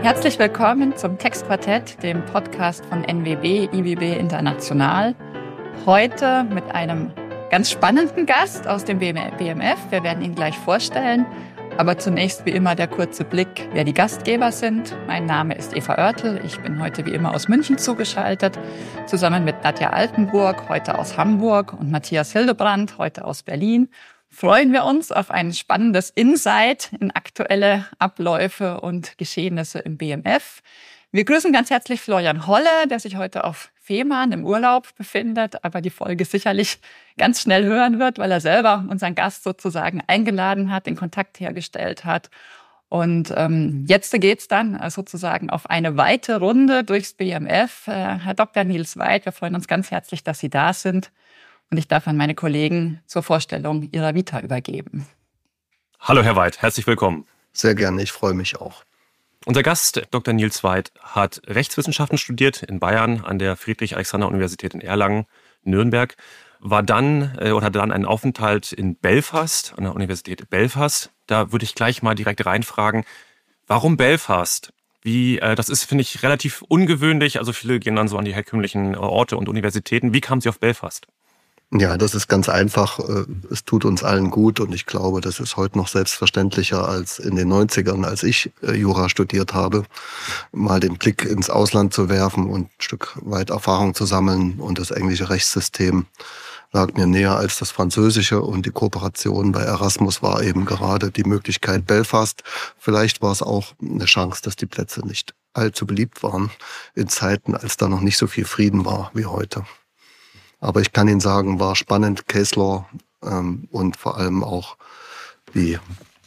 Herzlich willkommen zum Textquartett, dem Podcast von NWB, IWB International. Heute mit einem ganz spannenden Gast aus dem BMF. Wir werden ihn gleich vorstellen. Aber zunächst wie immer der kurze Blick, wer die Gastgeber sind. Mein Name ist Eva Oertel. Ich bin heute wie immer aus München zugeschaltet, zusammen mit Nadja Altenburg, heute aus Hamburg, und Matthias Hildebrand, heute aus Berlin. Freuen wir uns auf ein spannendes Insight in aktuelle Abläufe und Geschehnisse im BMF. Wir grüßen ganz herzlich Florian Holle, der sich heute auf Fehmarn im Urlaub befindet, aber die Folge sicherlich ganz schnell hören wird, weil er selber unseren Gast sozusagen eingeladen hat, den Kontakt hergestellt hat. Und jetzt geht's dann sozusagen auf eine weite Runde durchs BMF. Herr Dr. Nils Weid, wir freuen uns ganz herzlich, dass Sie da sind. Und ich darf an meine Kollegen zur Vorstellung ihrer Vita übergeben. Hallo Herr Weid, herzlich willkommen. Sehr gerne, ich freue mich auch. Unser Gast, Dr. Nils Weid, hat Rechtswissenschaften studiert in Bayern an der Friedrich-Alexander-Universität in Erlangen, Nürnberg, hatte dann einen Aufenthalt in Belfast, an der Universität Belfast. Da würde ich gleich mal direkt reinfragen, warum Belfast? Das ist, finde ich, relativ ungewöhnlich. Also viele gehen dann so an die herkömmlichen Orte und Universitäten. Wie kamen Sie auf Belfast? Ja, das ist ganz einfach. Es tut uns allen gut und ich glaube, das ist heute noch selbstverständlicher als in den 90ern, als ich Jura studiert habe, mal den Blick ins Ausland zu werfen und ein Stück weit Erfahrung zu sammeln. Und das englische Rechtssystem lag mir näher als das französische, und die Kooperation bei Erasmus war eben gerade die Möglichkeit Belfast. Vielleicht war es auch eine Chance, dass die Plätze nicht allzu beliebt waren in Zeiten, als da noch nicht so viel Frieden war wie heute. Aber ich kann Ihnen sagen, war spannend, Case Law und vor allem auch die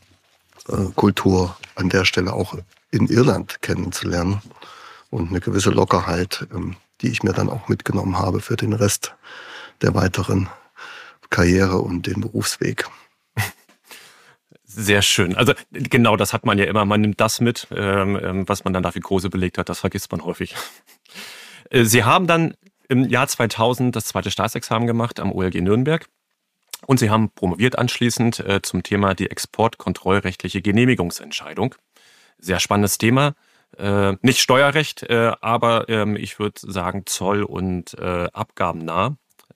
Kultur an der Stelle auch in Irland kennenzulernen und eine gewisse Lockerheit, die ich mir dann auch mitgenommen habe für den Rest der weiteren Karriere und den Berufsweg. Sehr schön. Also genau, das hat man ja immer. Man nimmt das mit, was man dann dafür Kurse belegt hat. Das vergisst man häufig. Sie haben dann im Jahr 2000 das zweite Staatsexamen gemacht am OLG Nürnberg und Sie haben promoviert anschließend zum Thema die exportkontrollrechtliche Genehmigungsentscheidung. Sehr spannendes Thema. Nicht Steuerrecht, aber ich würde sagen Zoll- und abgabennah.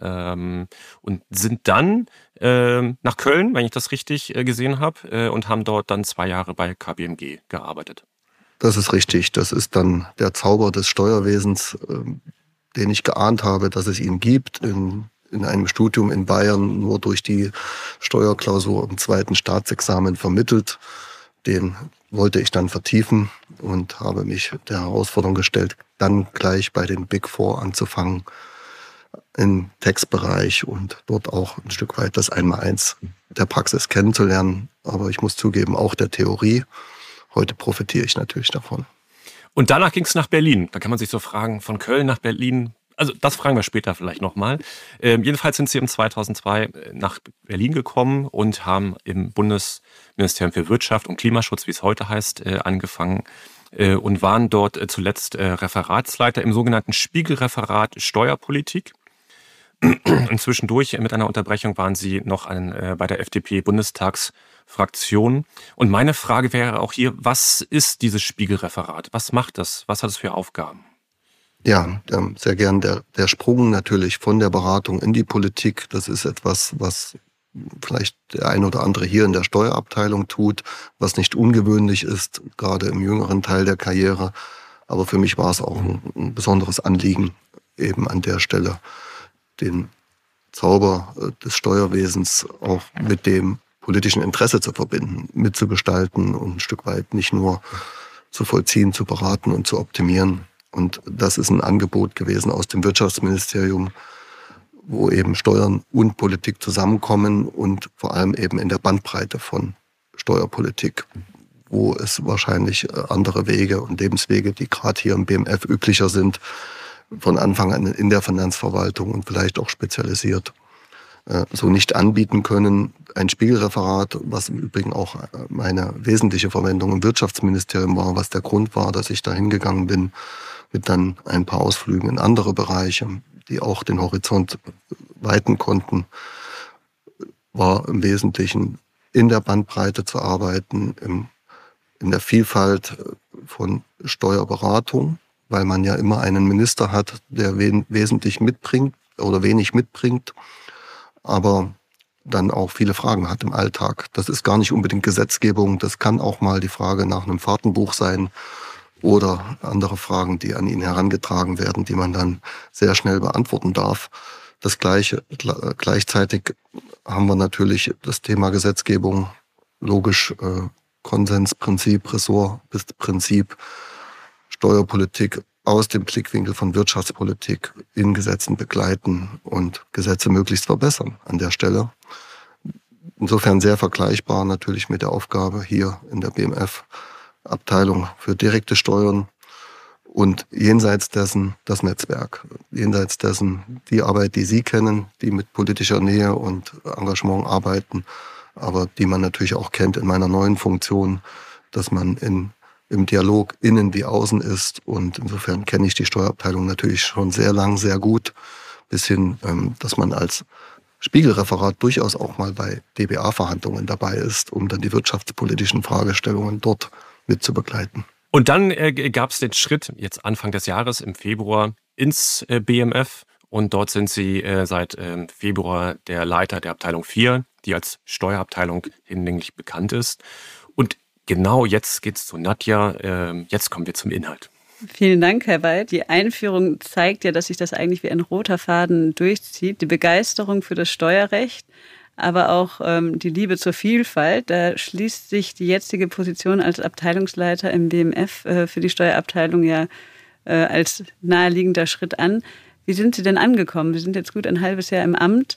Und sind dann nach Köln, wenn ich das richtig gesehen habe, und haben dort dann 2 Jahre bei KPMG gearbeitet. Das ist richtig. Das ist dann der Zauber des Steuerwesens, den ich geahnt habe, dass es ihn gibt, in einem Studium in Bayern nur durch die Steuerklausur im zweiten Staatsexamen vermittelt. Den wollte ich dann vertiefen und habe mich der Herausforderung gestellt, dann gleich bei den Big Four anzufangen im Textbereich und dort auch ein Stück weit das Einmaleins der Praxis kennenzulernen. Aber ich muss zugeben, auch der Theorie. Heute profitiere ich natürlich davon. Und danach ging es nach Berlin. Da kann man sich so fragen, von Köln nach Berlin. Also das fragen wir später vielleicht nochmal. Jedenfalls sind Sie im 2002 nach Berlin gekommen und haben im Bundesministerium für Wirtschaft und Klimaschutz, wie es heute heißt, angefangen und waren dort zuletzt Referatsleiter im sogenannten Spiegelreferat Steuerpolitik. Und zwischendurch mit einer Unterbrechung waren Sie noch bei der FDP-Bundestagsfraktion. Und meine Frage wäre auch hier, was ist dieses Spiegelreferat? Was macht das? Was hat es für Aufgaben? Ja, sehr gern. Der Sprung natürlich von der Beratung in die Politik, das ist etwas, was vielleicht der ein oder andere hier in der Steuerabteilung tut, was nicht ungewöhnlich ist, gerade im jüngeren Teil der Karriere. Aber für mich war es auch ein besonderes Anliegen, eben an der Stelle den Zauber des Steuerwesens auch mit dem politischen Interesse zu verbinden, mitzugestalten und ein Stück weit nicht nur zu vollziehen, zu beraten und zu optimieren. Und das ist ein Angebot gewesen aus dem Wirtschaftsministerium, wo eben Steuern und Politik zusammenkommen und vor allem eben in der Bandbreite von Steuerpolitik, wo es wahrscheinlich andere Wege und Lebenswege, die gerade hier im BMF üblicher sind, von Anfang an in der Finanzverwaltung und vielleicht auch spezialisiert, so nicht anbieten können. Ein Spiegelreferat, was im Übrigen auch meine wesentliche Verwendung im Wirtschaftsministerium war, was der Grund war, dass ich da hingegangen bin, mit dann ein paar Ausflügen in andere Bereiche, die auch den Horizont weiten konnten, war im Wesentlichen in der Bandbreite zu arbeiten, in der Vielfalt von Steuerberatung, weil man ja immer einen Minister hat, der wesentlich mitbringt oder wenig mitbringt, aber dann auch viele Fragen hat im Alltag. Das ist gar nicht unbedingt Gesetzgebung, das kann auch mal die Frage nach einem Fahrtenbuch sein oder andere Fragen, die an ihn herangetragen werden, die man dann sehr schnell beantworten darf. Das Gleiche, gleichzeitig haben wir natürlich das Thema Gesetzgebung, logisch Konsensprinzip, Ressortprinzip, Steuerpolitik aus dem Blickwinkel von Wirtschaftspolitik in Gesetzen begleiten und Gesetze möglichst verbessern an der Stelle. Insofern sehr vergleichbar natürlich mit der Aufgabe hier in der BMF-Abteilung für direkte Steuern und jenseits dessen das Netzwerk, jenseits dessen die Arbeit, die Sie kennen, die mit politischer Nähe und Engagement arbeiten, aber die man natürlich auch kennt in meiner neuen Funktion, dass man im Dialog innen wie außen ist. Und insofern kenne ich die Steuerabteilung natürlich schon sehr lang, sehr gut, bis hin, dass man als Spiegelreferat durchaus auch mal bei DBA-Verhandlungen dabei ist, um dann die wirtschaftspolitischen Fragestellungen dort mit zu begleiten. Und dann gab es den Schritt, jetzt Anfang des Jahres im Februar, ins BMF. Und dort sind Sie seit Februar der Leiter der Abteilung 4, die als Steuerabteilung hinlänglich bekannt ist. Und genau jetzt geht's zu Nadja. Jetzt kommen wir zum Inhalt. Vielen Dank, Herr Weid. Die Einführung zeigt ja, dass sich das eigentlich wie ein roter Faden durchzieht. Die Begeisterung für das Steuerrecht, aber auch die Liebe zur Vielfalt. Da schließt sich die jetzige Position als Abteilungsleiter im BMF für die Steuerabteilung ja als naheliegender Schritt an. Wie sind Sie denn angekommen? Sie sind jetzt gut ein halbes Jahr im Amt.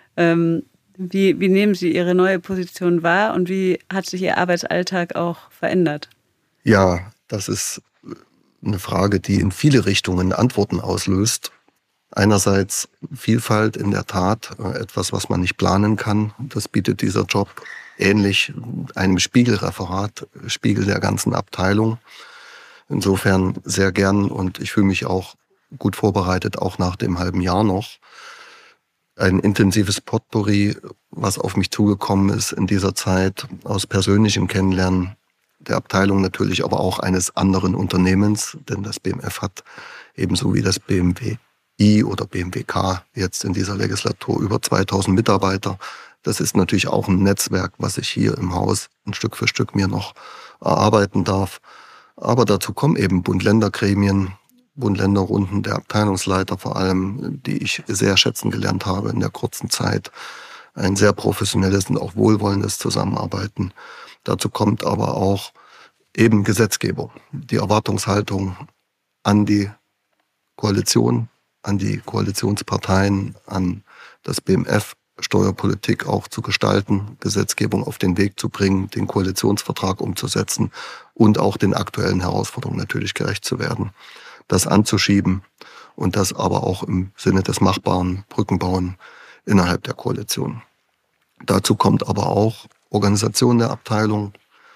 Wie nehmen Sie Ihre neue Position wahr und wie hat sich Ihr Arbeitsalltag auch verändert? Ja, das ist eine Frage, die in viele Richtungen Antworten auslöst. Einerseits Vielfalt in der Tat, etwas, was man nicht planen kann. Das bietet dieser Job ähnlich einem Spiegelreferat, Spiegel der ganzen Abteilung. Insofern sehr gern und ich fühle mich auch gut vorbereitet, auch nach dem halben Jahr noch. Ein intensives Potpourri, was auf mich zugekommen ist in dieser Zeit, aus persönlichem Kennenlernen der Abteilung natürlich, aber auch eines anderen Unternehmens, denn das BMF hat ebenso wie das BMWi oder BMWK jetzt in dieser Legislatur über 2000 Mitarbeiter. Das ist natürlich auch ein Netzwerk, was ich hier im Haus ein Stück für Stück mir noch erarbeiten darf. Aber dazu kommen eben Bund-Länder-Gremien, Bund-Länder-Runden der Abteilungsleiter vor allem, die ich sehr schätzen gelernt habe in der kurzen Zeit. Ein sehr professionelles und auch wohlwollendes Zusammenarbeiten. Dazu kommt aber auch eben Gesetzgebung, die Erwartungshaltung an die Koalition, an die Koalitionsparteien, an das BMF, Steuerpolitik auch zu gestalten, Gesetzgebung auf den Weg zu bringen, den Koalitionsvertrag umzusetzen und auch den aktuellen Herausforderungen natürlich gerecht zu werden. Das anzuschieben und das aber auch im Sinne des Machbaren, Brücken bauen innerhalb der Koalition. Dazu kommt aber auch Organisation der Abteilung,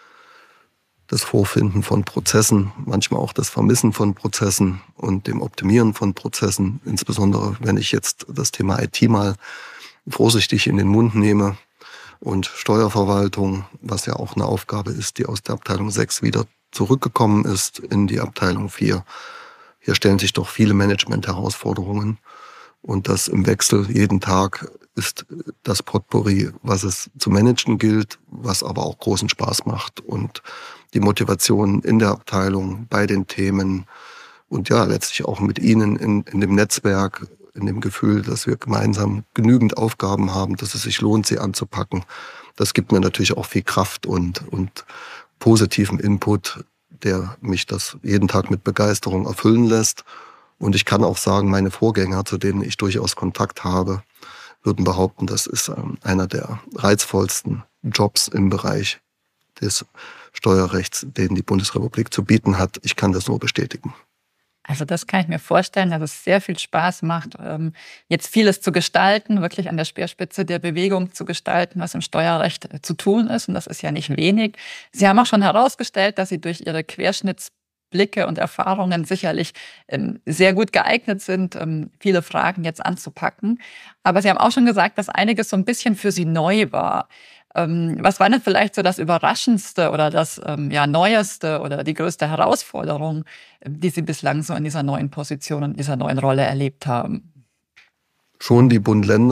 das Vorfinden von Prozessen, manchmal auch das Vermissen von Prozessen und dem Optimieren von Prozessen, insbesondere wenn ich jetzt das Thema IT mal vorsichtig in den Mund nehme und Steuerverwaltung, was ja auch eine Aufgabe ist, die aus der Abteilung 6 wieder zurückgekommen ist in die Abteilung 4. Hier stellen sich doch viele Management-Herausforderungen und das im Wechsel jeden Tag ist das Potpourri, was es zu managen gilt, was aber auch großen Spaß macht und die Motivation in der Abteilung, bei den Themen und ja, letztlich auch mit Ihnen in dem Netzwerk, in dem Gefühl, dass wir gemeinsam genügend Aufgaben haben, dass es sich lohnt, sie anzupacken. Das gibt mir natürlich auch viel Kraft und positiven Input, der mich das jeden Tag mit Begeisterung erfüllen lässt. Und ich kann auch sagen, meine Vorgänger, zu denen ich durchaus Kontakt habe, würden behaupten, das ist einer der reizvollsten Jobs im Bereich des Steuerrechts, den die Bundesrepublik zu bieten hat. Ich kann das nur bestätigen. Also das kann ich mir vorstellen, dass es sehr viel Spaß macht, jetzt vieles zu gestalten, wirklich an der Speerspitze der Bewegung zu gestalten, was im Steuerrecht zu tun ist. Und das ist ja nicht wenig. Sie haben auch schon herausgestellt, dass Sie durch Ihre Querschnittsblicke und Erfahrungen sicherlich sehr gut geeignet sind, viele Fragen jetzt anzupacken. Aber Sie haben auch schon gesagt, dass einiges so ein bisschen für Sie neu war. Was war denn vielleicht so das Überraschendste oder das Neueste oder die größte Herausforderung, die Sie bislang so in dieser neuen Position und dieser neuen Rolle erlebt haben? Schon die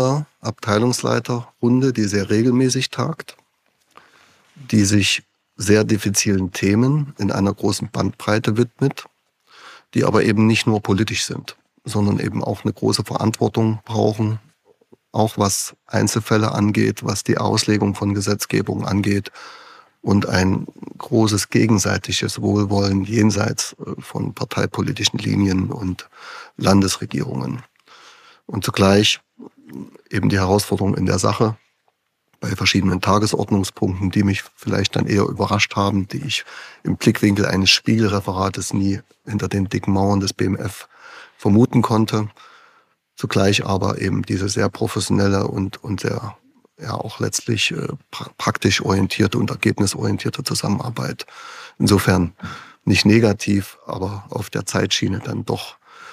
Bund-Länder-Abteilungsleiterrunde, die sehr regelmäßig tagt, die sich sehr diffizilen Themen in einer großen Bandbreite widmet, die aber eben nicht nur politisch sind, sondern eben auch eine große Verantwortung brauchen, auch was Einzelfälle angeht, was die Auslegung von Gesetzgebung angeht und ein großes gegenseitiges Wohlwollen jenseits von parteipolitischen Linien und Landesregierungen. Und zugleich eben die Herausforderung in der Sache bei verschiedenen Tagesordnungspunkten, die mich vielleicht dann eher überrascht haben, die ich im Blickwinkel eines Spiegelreferates nie hinter den dicken Mauern des BMF vermuten konnte. Zugleich aber eben diese sehr professionelle und sehr auch letztlich praktisch orientierte und ergebnisorientierte Zusammenarbeit. Insofern nicht negativ, aber auf der Zeitschiene dann doch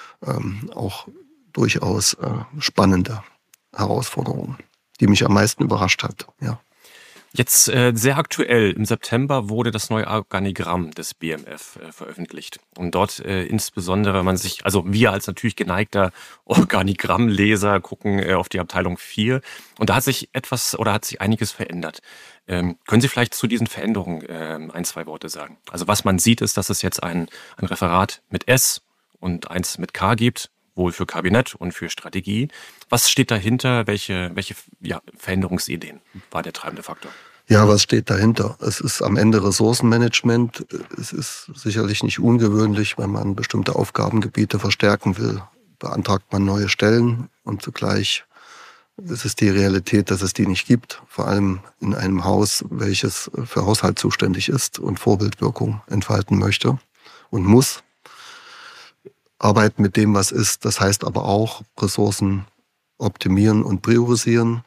auch durchaus spannende Herausforderungen, die mich am meisten überrascht hat. Ja. Jetzt sehr aktuell, im September wurde das neue Organigramm des BMF veröffentlicht. Und dort insbesondere wir als natürlich geneigter Organigrammleser gucken auf die Abteilung 4. Und da hat sich einiges verändert. Können Sie vielleicht zu diesen Veränderungen ein, zwei Worte sagen? Also was man sieht, ist, dass es jetzt ein Referat mit S und eins mit K gibt, wohl für Kabinett und für Strategie. Was steht dahinter? Welche Veränderungsideen war der treibende Faktor? Ja, was steht dahinter? Es ist am Ende Ressourcenmanagement. Es ist sicherlich nicht ungewöhnlich, wenn man bestimmte Aufgabengebiete verstärken will. Beantragt man neue Stellen und zugleich ist es die Realität, dass es die nicht gibt. Vor allem in einem Haus, welches für Haushalt zuständig ist und Vorbildwirkung entfalten möchte und muss. Arbeiten mit dem, was ist. Das heißt aber auch Ressourcen optimieren und priorisieren.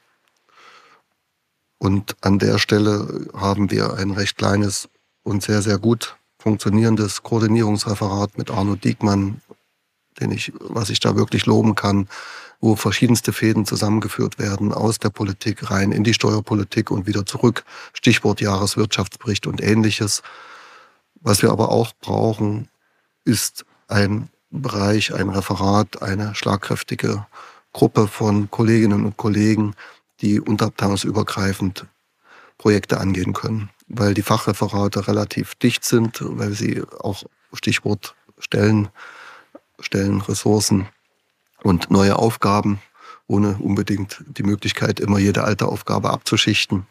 Und an der Stelle haben wir ein recht kleines und sehr, sehr gut funktionierendes Koordinierungsreferat mit Arno Diekmann, was ich da wirklich loben kann, wo verschiedenste Fäden zusammengeführt werden, aus der Politik rein in die Steuerpolitik und wieder zurück. Stichwort Jahreswirtschaftsbericht und Ähnliches. Was wir aber auch brauchen, ist ein Bereich, ein Referat, eine schlagkräftige Gruppe von Kolleginnen und Kollegen, die unterabteilungsübergreifend Projekte angehen können. Weil die Fachreferate relativ dicht sind, weil sie auch Stichwort Stellen, Ressourcen und neue Aufgaben, ohne unbedingt die Möglichkeit, immer jede alte Aufgabe abzuschichten.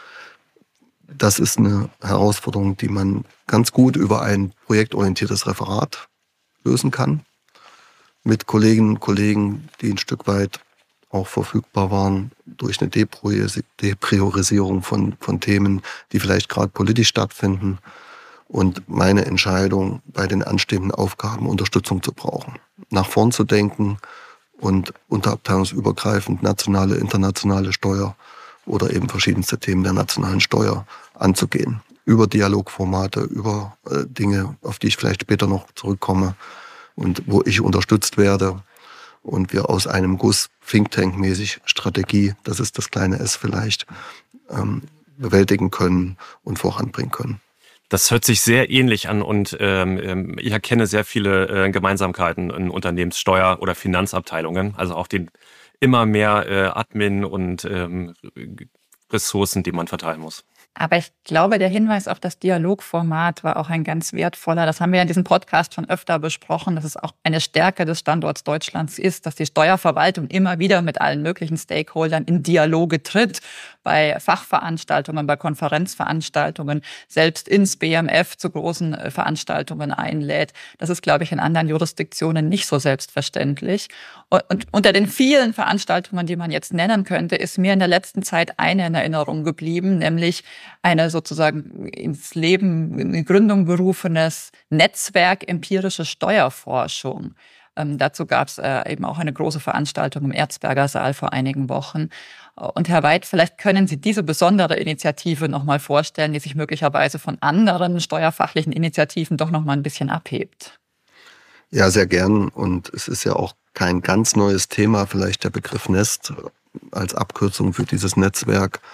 Das ist eine Herausforderung, die man ganz gut über ein projektorientiertes Referat lösen kann. Mit Kolleginnen und Kollegen, die ein Stück weit auch verfügbar waren durch eine Depriorisierung von Themen, die vielleicht gerade politisch stattfinden und meine Entscheidung, bei den anstehenden Aufgaben Unterstützung zu brauchen. Nach vorn zu denken und unterabteilungsübergreifend nationale, internationale Steuer oder eben verschiedenste Themen der nationalen Steuer anzugehen. Über Dialogformate, über Dinge, auf die ich vielleicht später noch zurückkomme und wo ich unterstützt werde und wir aus einem Guss Think-Tank-mäßig Strategie, das ist das kleine S vielleicht, bewältigen können und voranbringen können. Das hört sich sehr ähnlich an und ich erkenne sehr viele Gemeinsamkeiten in Unternehmenssteuer- oder Finanzabteilungen, also auch den immer mehr Admin und Ressourcen, die man verteilen muss. Aber ich glaube, der Hinweis auf das Dialogformat war auch ein ganz wertvoller. Das haben wir ja in diesem Podcast schon öfter besprochen, dass es auch eine Stärke des Standorts Deutschlands ist, dass die Steuerverwaltung immer wieder mit allen möglichen Stakeholdern in Dialoge tritt, bei Fachveranstaltungen, bei Konferenzveranstaltungen, selbst ins BMF zu großen Veranstaltungen einlädt. Das ist, glaube ich, in anderen Jurisdiktionen nicht so selbstverständlich. Und unter den vielen Veranstaltungen, die man jetzt nennen könnte, ist mir in der letzten Zeit eine in Erinnerung geblieben, nämlich eine sozusagen ins Leben, in die Gründung berufenes Netzwerk empirische Steuerforschung. Dazu gab es eben auch eine große Veranstaltung im Erzberger Saal vor einigen Wochen. Und Herr Weid, vielleicht können Sie diese besondere Initiative noch mal vorstellen, die sich möglicherweise von anderen steuerfachlichen Initiativen doch noch mal ein bisschen abhebt. Ja, sehr gern. Und es ist ja auch kein ganz neues Thema, vielleicht der Begriff Nest als Abkürzung für dieses Netzwerk.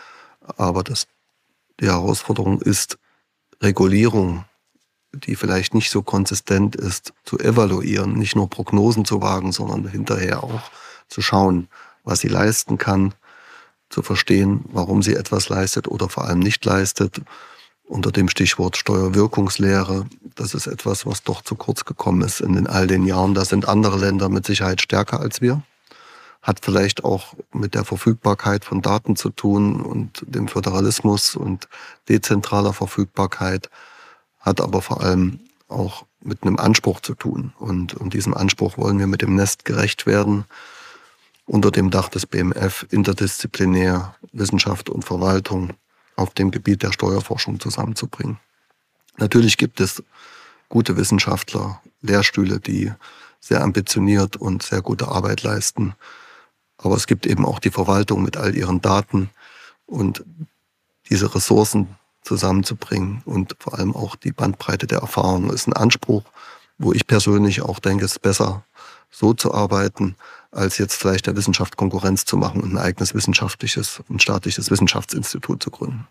Aber die Herausforderung ist, Regulierung, die vielleicht nicht so konsistent ist, zu evaluieren, nicht nur Prognosen zu wagen, sondern hinterher auch zu schauen, was sie leisten kann, zu verstehen, warum sie etwas leistet oder vor allem nicht leistet. Unter dem Stichwort Steuerwirkungslehre, das ist etwas, was doch zu kurz gekommen ist in all den Jahren. Da sind andere Länder mit Sicherheit stärker als wir. Hat vielleicht auch mit der Verfügbarkeit von Daten zu tun und dem Föderalismus und dezentraler Verfügbarkeit, hat aber vor allem auch mit einem Anspruch zu tun. Und diesem Anspruch wollen wir mit dem Nest gerecht werden, unter dem Dach des BMF interdisziplinär Wissenschaft und Verwaltung auf dem Gebiet der Steuerforschung zusammenzubringen. Natürlich gibt es gute Wissenschaftler, Lehrstühle, die sehr ambitioniert und sehr gute Arbeit leisten. Aber es gibt eben auch die Verwaltung mit all ihren Daten und diese Ressourcen zusammenzubringen und vor allem auch die Bandbreite der Erfahrung ist ein Anspruch, wo ich persönlich auch denke, es ist besser, so zu arbeiten, als jetzt vielleicht der Wissenschaft Konkurrenz zu machen und ein eigenes wissenschaftliches und staatliches Wissenschaftsinstitut zu gründen.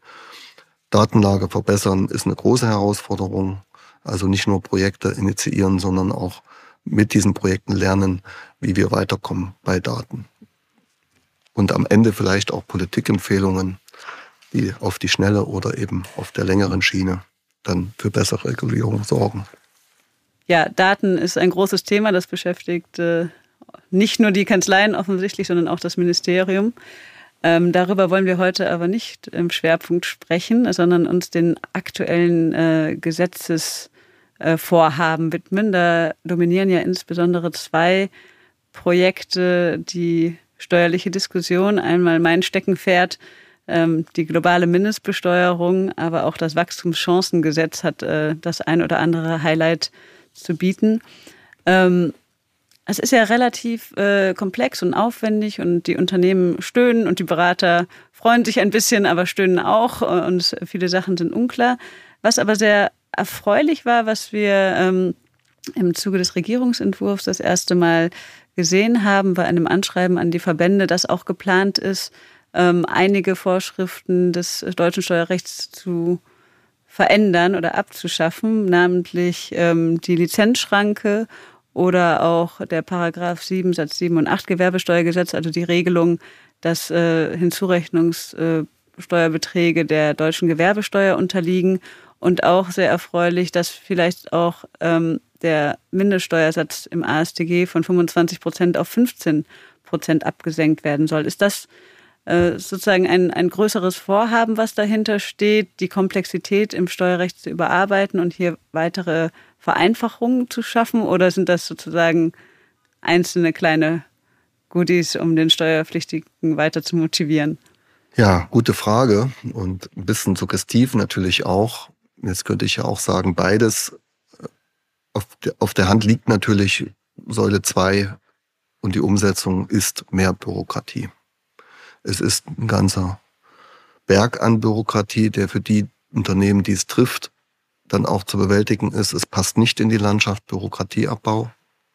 Datenlage verbessern ist eine große Herausforderung. Also nicht nur Projekte initiieren, sondern auch mit diesen Projekten lernen, wie wir weiterkommen bei Daten. Und am Ende vielleicht auch Politikempfehlungen, die auf die schnelle oder eben auf der längeren Schiene dann für bessere Regulierung sorgen. Ja, Daten ist ein großes Thema, das beschäftigt nicht nur die Kanzleien offensichtlich, sondern auch das Ministerium. Darüber wollen wir heute aber nicht im Schwerpunkt sprechen, sondern uns den aktuellen Gesetzesvorhaben widmen. Da dominieren ja insbesondere 2 Projekte die steuerliche Diskussion. Einmal mein Steckenpferd, die globale Mindestbesteuerung, aber auch das Wachstumschancengesetz hat das ein oder andere Highlight zu bieten. Es ist ja relativ komplex und aufwendig und die Unternehmen stöhnen und die Berater freuen sich ein bisschen, aber stöhnen auch und viele Sachen sind unklar. Was aber sehr erfreulich war, was wir im Zuge des Regierungsentwurfs das erste Mal gesehen haben, bei einem Anschreiben an die Verbände, dass auch geplant ist, einige Vorschriften des deutschen Steuerrechts zu verändern oder abzuschaffen, namentlich die Lizenzschranke oder auch der Paragraph 7 Satz 7 und 8 Gewerbesteuergesetz, also die Regelung, dass Hinzurechnungssteuerbeträge der deutschen Gewerbesteuer unterliegen und auch sehr erfreulich, dass vielleicht auch der Mindeststeuersatz im AStG von 25% auf 15% abgesenkt werden soll. Ist das sozusagen ein größeres Vorhaben, was dahinter steht, die Komplexität im Steuerrecht zu überarbeiten und hier weitere Vereinfachungen zu schaffen? Oder sind das sozusagen einzelne kleine Goodies, um den Steuerpflichtigen weiter zu motivieren? Ja, gute Frage und ein bisschen suggestiv natürlich auch. Jetzt könnte ich ja auch sagen, beides. Auf der Hand liegt natürlich Säule 2 und die Umsetzung ist mehr Bürokratie. Es ist ein ganzer Berg an Bürokratie, der für die Unternehmen, die es trifft, dann auch zu bewältigen ist. Es passt nicht in die Landschaft Bürokratieabbau.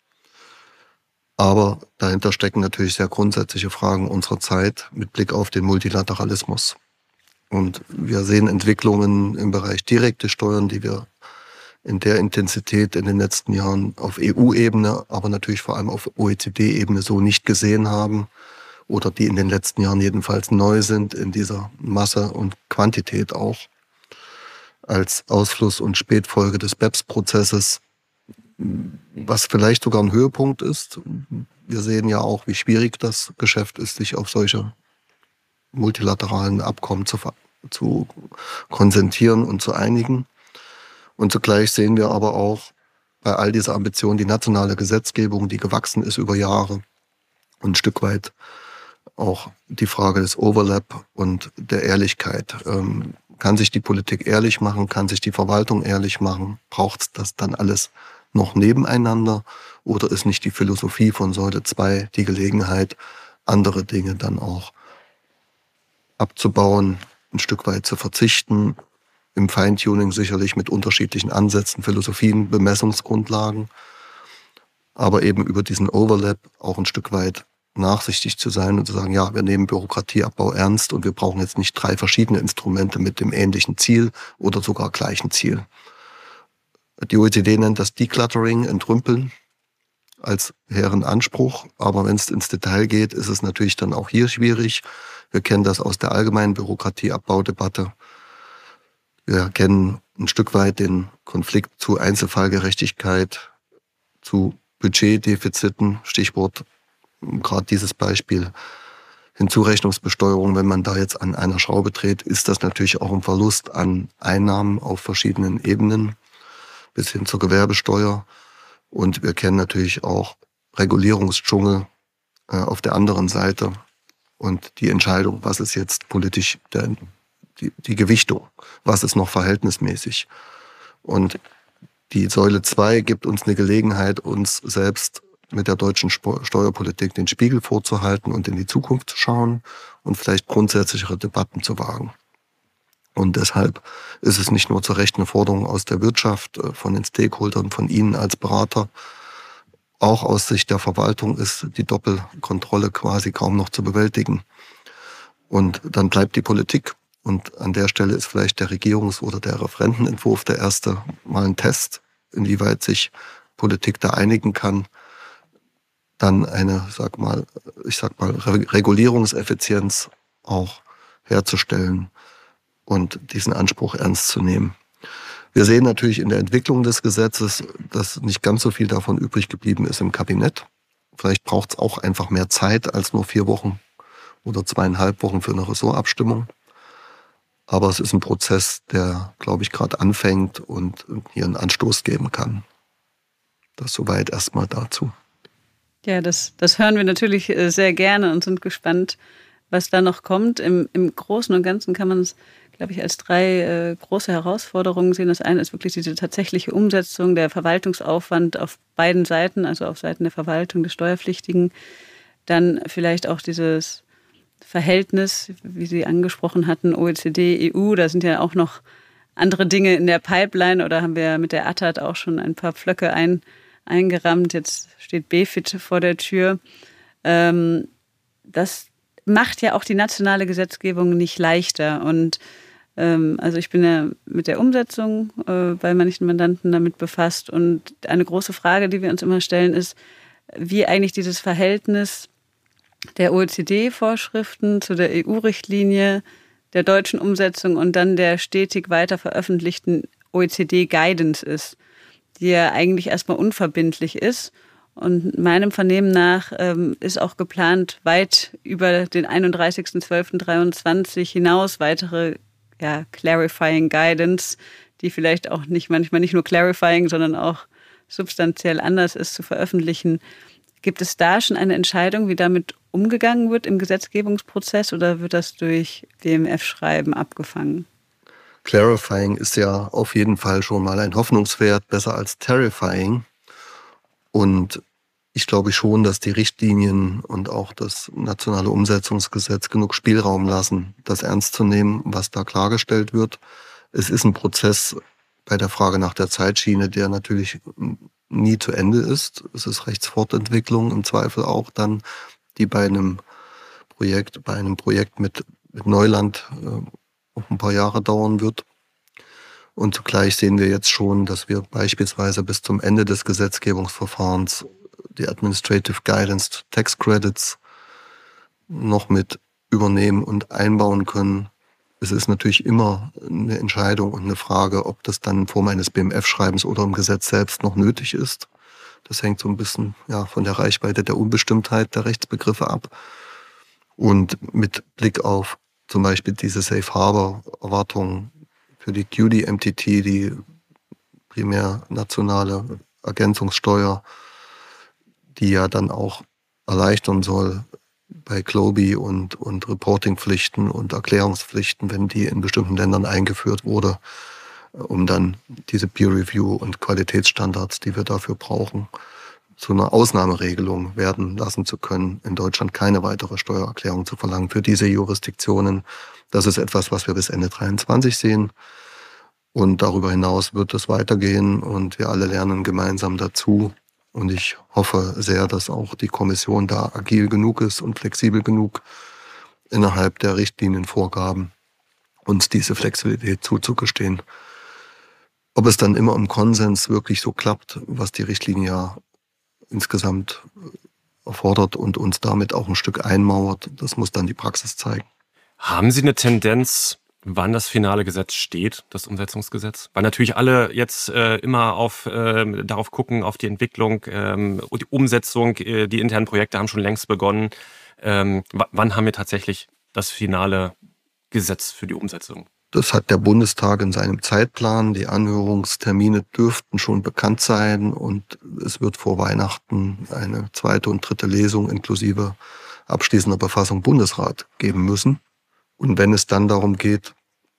Aber dahinter stecken natürlich sehr grundsätzliche Fragen unserer Zeit mit Blick auf den Multilateralismus. Und wir sehen Entwicklungen im Bereich direkte Steuern, die wir in der Intensität in den letzten Jahren auf EU-Ebene, aber natürlich vor allem auf OECD-Ebene so nicht gesehen haben. Oder die in den letzten Jahren jedenfalls neu sind, in dieser Masse und Quantität auch, als Ausfluss und Spätfolge des BEPS-Prozesses, was vielleicht sogar ein Höhepunkt ist. Wir sehen ja auch, wie schwierig das Geschäft ist, sich auf solche multilateralen Abkommen zu konzentrieren und zu einigen. Und zugleich sehen wir aber auch bei all dieser Ambition die nationale Gesetzgebung, die gewachsen ist über Jahre und ein Stück weit auch die Frage des Overlap und der Ehrlichkeit. Kann sich die Politik ehrlich machen? Kann sich die Verwaltung ehrlich machen? Braucht es das dann alles noch nebeneinander? Oder ist nicht die Philosophie von Säule 2 die Gelegenheit, andere Dinge dann auch abzubauen, ein Stück weit zu verzichten? Im Feintuning sicherlich mit unterschiedlichen Ansätzen, Philosophien, Bemessungsgrundlagen. Aber eben über diesen Overlap auch ein Stück weit nachsichtig zu sein und zu sagen, ja, wir nehmen Bürokratieabbau ernst und wir brauchen jetzt nicht 3 verschiedene Instrumente mit dem ähnlichen Ziel oder sogar gleichen Ziel. Die OECD nennt das Decluttering, Entrümpeln, als hehren Anspruch. Aber wenn es ins Detail geht, ist es natürlich dann auch hier schwierig. Wir kennen das aus der allgemeinen Bürokratieabbaudebatte. Wir kennen ein Stück weit den Konflikt zu Einzelfallgerechtigkeit, zu Budgetdefiziten, Stichwort gerade dieses Beispiel Hinzurechnungsbesteuerung. Wenn man da jetzt an einer Schraube dreht, ist das natürlich auch ein Verlust an Einnahmen auf verschiedenen Ebenen bis hin zur Gewerbesteuer. Und wir kennen natürlich auch Regulierungsdschungel auf der anderen Seite und die Entscheidung, was ist jetzt politisch die Gewichtung, was ist noch verhältnismäßig. Und die Säule 2 gibt uns eine Gelegenheit, uns selbst mit der deutschen Steuerpolitik den Spiegel vorzuhalten und in die Zukunft zu schauen und vielleicht grundsätzlichere Debatten zu wagen. Und deshalb ist es nicht nur zu Recht eine Forderung aus der Wirtschaft, von den Stakeholdern, von Ihnen als Berater. Auch aus Sicht der Verwaltung ist die Doppelkontrolle quasi kaum noch zu bewältigen. Und dann bleibt die Politik. Und an der Stelle ist vielleicht der Regierungs- oder der Referentenentwurf der erste mal ein Test, inwieweit sich Politik da einigen kann, dann eine, Regulierungseffizienz auch herzustellen und diesen Anspruch ernst zu nehmen. Wir sehen natürlich in der Entwicklung des Gesetzes, dass nicht ganz so viel davon übrig geblieben ist im Kabinett. Vielleicht braucht es auch einfach mehr Zeit als nur 4 Wochen oder 2,5 Wochen für eine Ressortabstimmung. Aber es ist ein Prozess, der, glaube ich, gerade anfängt und hier einen Anstoß geben kann. Das soweit erstmal dazu. Ja, das hören wir natürlich sehr gerne und sind gespannt, was da noch kommt. Im Großen und Ganzen kann man es, glaube ich, als 3 große Herausforderungen sehen. Das eine ist wirklich diese tatsächliche Umsetzung, der Verwaltungsaufwand auf beiden Seiten, also auf Seiten der Verwaltung, des Steuerpflichtigen. Dann vielleicht auch dieses Verhältnis, wie Sie angesprochen hatten, OECD, EU, da sind ja auch noch andere Dinge in der Pipeline oder haben wir mit der ATAD auch schon ein paar Pflöcke eingerammt. Jetzt steht BEFIT vor der Tür. Das macht ja auch die nationale Gesetzgebung nicht leichter. Und also ich bin ja mit der Umsetzung bei manchen Mandanten damit befasst. Und eine große Frage, die wir uns immer stellen, ist, wie eigentlich dieses Verhältnis der OECD-Vorschriften zu der EU-Richtlinie, der deutschen Umsetzung und dann der stetig weiter veröffentlichten OECD-Guidance ist, die ja eigentlich erstmal unverbindlich ist. Und meinem Vernehmen nach ist auch geplant, weit über den 31.12.23 hinaus weitere Clarifying Guidance, die vielleicht auch manchmal nicht nur Clarifying, sondern auch substanziell anders ist, zu veröffentlichen. Gibt es da schon eine Entscheidung, wie damit umgegangen wird im Gesetzgebungsprozess oder wird das durch BMF-Schreiben abgefangen? Clarifying ist ja auf jeden Fall schon mal ein Hoffnungswert, besser als Terrifying. Und ich glaube schon, dass die Richtlinien und auch das nationale Umsetzungsgesetz genug Spielraum lassen, das ernst zu nehmen, was da klargestellt wird. Es ist ein Prozess bei der Frage nach der Zeitschiene, der natürlich nie zu Ende ist. Es ist Rechtsfortentwicklung im Zweifel auch dann, die bei einem Projekt mit Neuland auch ein paar Jahre dauern wird. Und zugleich sehen wir jetzt schon, dass wir beispielsweise bis zum Ende des Gesetzgebungsverfahrens die Administrative Guidance Tax Credits noch mit übernehmen und einbauen können. Es ist natürlich immer eine Entscheidung und eine Frage, ob das dann in Form eines BMF-Schreibens oder im Gesetz selbst noch nötig ist. Das hängt so ein bisschen von der Reichweite der Unbestimmtheit der Rechtsbegriffe ab. Und mit Blick auf zum Beispiel diese Safe Harbor-Erwartungen für die QD-MTT, die primär nationale Ergänzungssteuer, die ja dann auch erleichtern soll bei Globi und Reportingpflichten und Erklärungspflichten, wenn die in bestimmten Ländern eingeführt wurde, um dann diese Peer-Review und Qualitätsstandards, die wir dafür brauchen, zu einer Ausnahmeregelung werden lassen zu können, in Deutschland keine weitere Steuererklärung zu verlangen für diese Jurisdiktionen. Das ist etwas, was wir bis Ende 2023 sehen. Und darüber hinaus wird es weitergehen und wir alle lernen gemeinsam dazu, Und ich hoffe sehr, dass auch die Kommission da agil genug ist und flexibel genug innerhalb der Richtlinienvorgaben, uns diese Flexibilität zuzugestehen. Ob es dann immer im Konsens wirklich so klappt, was die Richtlinie ja insgesamt erfordert und uns damit auch ein Stück einmauert, das muss dann die Praxis zeigen. Haben Sie eine Tendenz, wann das finale Gesetz steht, das Umsetzungsgesetz? Weil natürlich alle jetzt immer darauf gucken, auf die Entwicklung und die Umsetzung. Die internen Projekte haben schon längst begonnen. Wann haben wir tatsächlich das finale Gesetz für die Umsetzung? Das hat der Bundestag in seinem Zeitplan. Die Anhörungstermine dürften schon bekannt sein und es wird vor Weihnachten eine zweite und dritte Lesung inklusive abschließender Befassung im Bundesrat geben müssen. Und wenn es dann darum geht,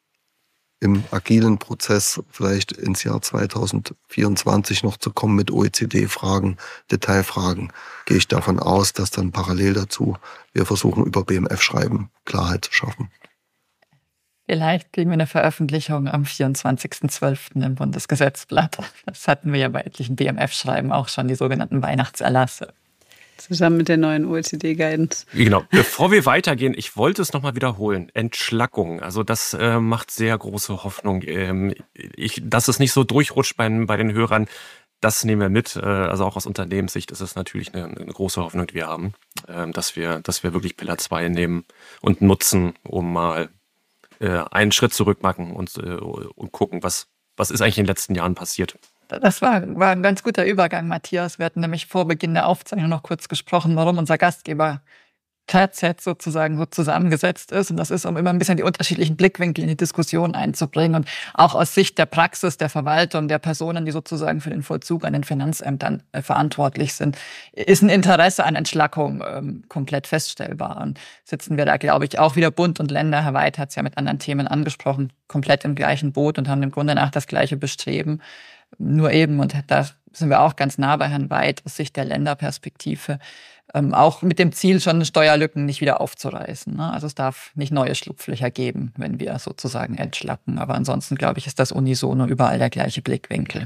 im agilen Prozess vielleicht ins Jahr 2024 noch zu kommen mit OECD-Fragen, Detailfragen, gehe ich davon aus, dass dann parallel dazu wir versuchen, über BMF-Schreiben Klarheit zu schaffen. Vielleicht kriegen wir eine Veröffentlichung am 24.12. im Bundesgesetzblatt. Das hatten wir ja bei etlichen BMF-Schreiben auch schon, die sogenannten Weihnachtserlasse. Zusammen mit der neuen OECD-Guidance. Genau. Bevor wir weitergehen, ich wollte es nochmal wiederholen. Entschlackung. Also das macht sehr große Hoffnung. Dass es nicht so durchrutscht bei den Hörern, das nehmen wir mit. Also auch aus Unternehmenssicht ist es natürlich eine große Hoffnung, die wir haben, dass wir wirklich Pillar 2 nehmen und nutzen, um mal einen Schritt zurück machen und gucken, was ist eigentlich in den letzten Jahren passiert. Das war ein ganz guter Übergang, Matthias. Wir hatten nämlich vor Beginn der Aufzeichnung noch kurz gesprochen, warum unser Gastgeber TZ sozusagen so zusammengesetzt ist. Und das ist, um immer ein bisschen die unterschiedlichen Blickwinkel in die Diskussion einzubringen und auch aus Sicht der Praxis, der Verwaltung, der Personen, die sozusagen für den Vollzug an den Finanzämtern verantwortlich sind, ist ein Interesse an Entschlackung komplett feststellbar. Und sitzen wir da, glaube ich, auch wieder Bund und Länder, Herr Weid hat es ja mit anderen Themen angesprochen, komplett im gleichen Boot und haben im Grunde nach das gleiche Bestreben. Nur eben, und da sind wir auch ganz nah bei Herrn Weid aus Sicht der Länderperspektive, auch mit dem Ziel, schon Steuerlücken nicht wieder aufzureißen. Ne? Also es darf nicht neue Schlupflöcher geben, wenn wir sozusagen entschlacken. Aber ansonsten, glaube ich, ist das unisono überall der gleiche Blickwinkel.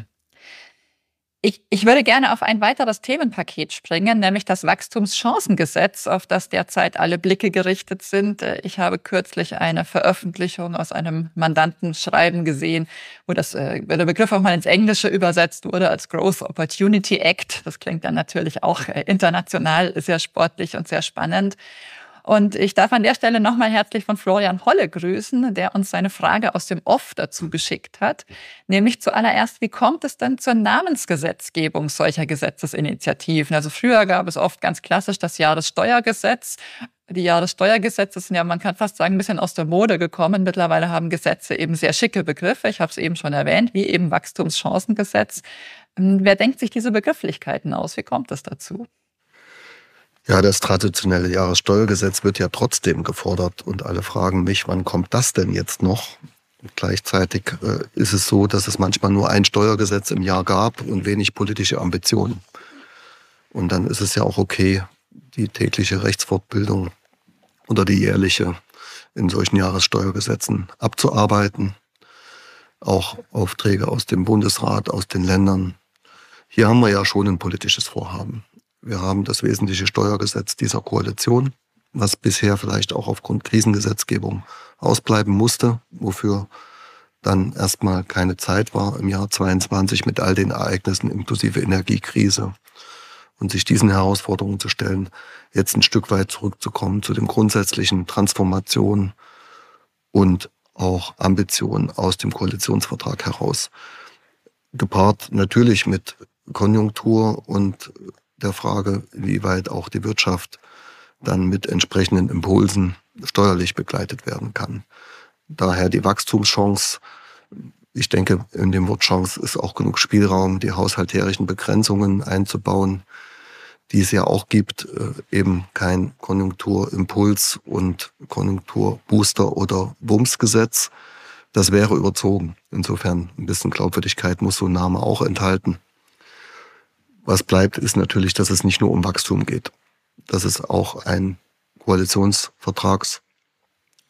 Ich würde gerne auf ein weiteres Themenpaket springen, nämlich das Wachstumschancengesetz, auf das derzeit alle Blicke gerichtet sind. Ich habe kürzlich eine Veröffentlichung aus einem Mandantenschreiben gesehen, wo der Begriff auch mal ins Englische übersetzt wurde als Growth Opportunity Act. Das klingt dann natürlich auch international sehr sportlich und sehr spannend. Und ich darf an der Stelle nochmal herzlich von Florian Holle grüßen, der uns seine Frage aus dem Off dazu geschickt hat. Nämlich zuallererst, wie kommt es denn zur Namensgesetzgebung solcher Gesetzesinitiativen? Also früher gab es oft ganz klassisch das Jahressteuergesetz. Die Jahressteuergesetze sind ja, man kann fast sagen, ein bisschen aus der Mode gekommen. Mittlerweile haben Gesetze eben sehr schicke Begriffe. Ich habe es eben schon erwähnt, wie eben Wachstumschancengesetz. Wer denkt sich diese Begrifflichkeiten aus? Wie kommt es dazu? Ja, das traditionelle Jahressteuergesetz wird ja trotzdem gefordert und alle fragen mich, wann kommt das denn jetzt noch? Und gleichzeitig ist es so, dass es manchmal nur ein Steuergesetz im Jahr gab und wenig politische Ambitionen. Und dann ist es ja auch okay, die tägliche Rechtsfortbildung oder die jährliche in solchen Jahressteuergesetzen abzuarbeiten. Auch Aufträge aus dem Bundesrat, aus den Ländern. Hier haben wir ja schon ein politisches Vorhaben. Wir haben das wesentliche Steuergesetz dieser Koalition, was bisher vielleicht auch aufgrund Krisengesetzgebung ausbleiben musste, wofür dann erstmal keine Zeit war im Jahr 2022 mit all den Ereignissen inklusive Energiekrise und sich diesen Herausforderungen zu stellen, jetzt ein Stück weit zurückzukommen zu dem grundsätzlichen Transformation und auch Ambitionen aus dem Koalitionsvertrag heraus. Gepaart natürlich mit Konjunktur und der Frage, inwieweit auch die Wirtschaft dann mit entsprechenden Impulsen steuerlich begleitet werden kann. Daher die Wachstumschance. Ich denke, in dem Wort Chance ist auch genug Spielraum, die haushalterischen Begrenzungen einzubauen, die es ja auch gibt, eben kein Konjunkturimpuls und Konjunkturbooster oder Bumsgesetz. Das wäre überzogen. Insofern ein bisschen Glaubwürdigkeit muss so ein Name auch enthalten. Was bleibt, ist natürlich, dass es nicht nur um Wachstum geht. Dass es auch ein Koalitionsvertragsgesetz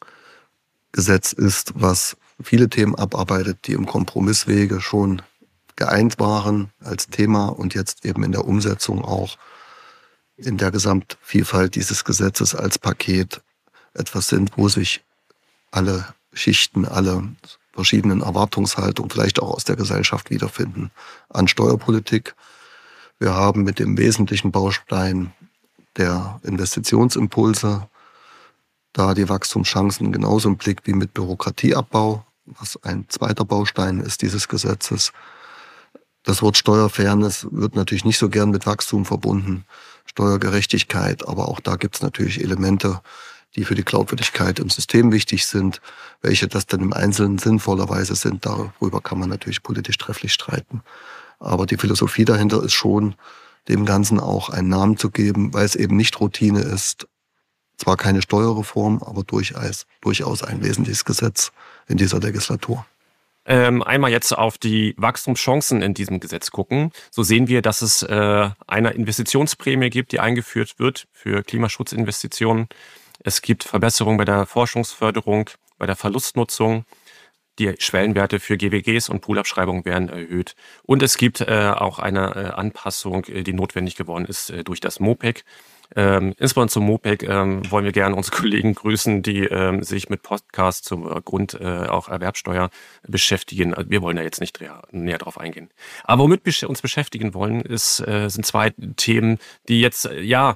ist, was viele Themen abarbeitet, die im Kompromisswege schon geeint waren als Thema und jetzt eben in der Umsetzung auch in der Gesamtvielfalt dieses Gesetzes als Paket etwas sind, wo sich alle Schichten, alle verschiedenen Erwartungshaltungen vielleicht auch aus der Gesellschaft wiederfinden an Steuerpolitik. Wir haben mit dem wesentlichen Baustein der Investitionsimpulse da die Wachstumschancen genauso im Blick wie mit Bürokratieabbau, was ein zweiter Baustein ist dieses Gesetzes. Das Wort Steuerfairness wird natürlich nicht so gern mit Wachstum verbunden, Steuergerechtigkeit, aber auch da gibt es natürlich Elemente, die für die Glaubwürdigkeit im System wichtig sind. Welche das dann im Einzelnen sinnvollerweise sind, darüber kann man natürlich politisch trefflich streiten. Aber die Philosophie dahinter ist schon, dem Ganzen auch einen Namen zu geben, weil es eben nicht Routine ist. Zwar keine Steuerreform, aber durchaus ein wesentliches Gesetz in dieser Legislatur. Einmal jetzt auf die Wachstumschancen in diesem Gesetz gucken. So sehen wir, dass es eine Investitionsprämie gibt, die eingeführt wird für Klimaschutzinvestitionen. Es gibt Verbesserungen bei der Forschungsförderung, bei der Verlustnutzung. Die Schwellenwerte für GWGs und Poolabschreibungen werden erhöht. Und es gibt auch eine Anpassung, die notwendig geworden ist durch das MOPEC. Insbesondere zum MOPEC wollen wir gerne unsere Kollegen grüßen, die sich mit Podcasts zum auch Erwerbsteuer beschäftigen. Wir wollen da jetzt nicht näher drauf eingehen. Aber womit wir uns beschäftigen wollen, sind zwei Themen, die jetzt,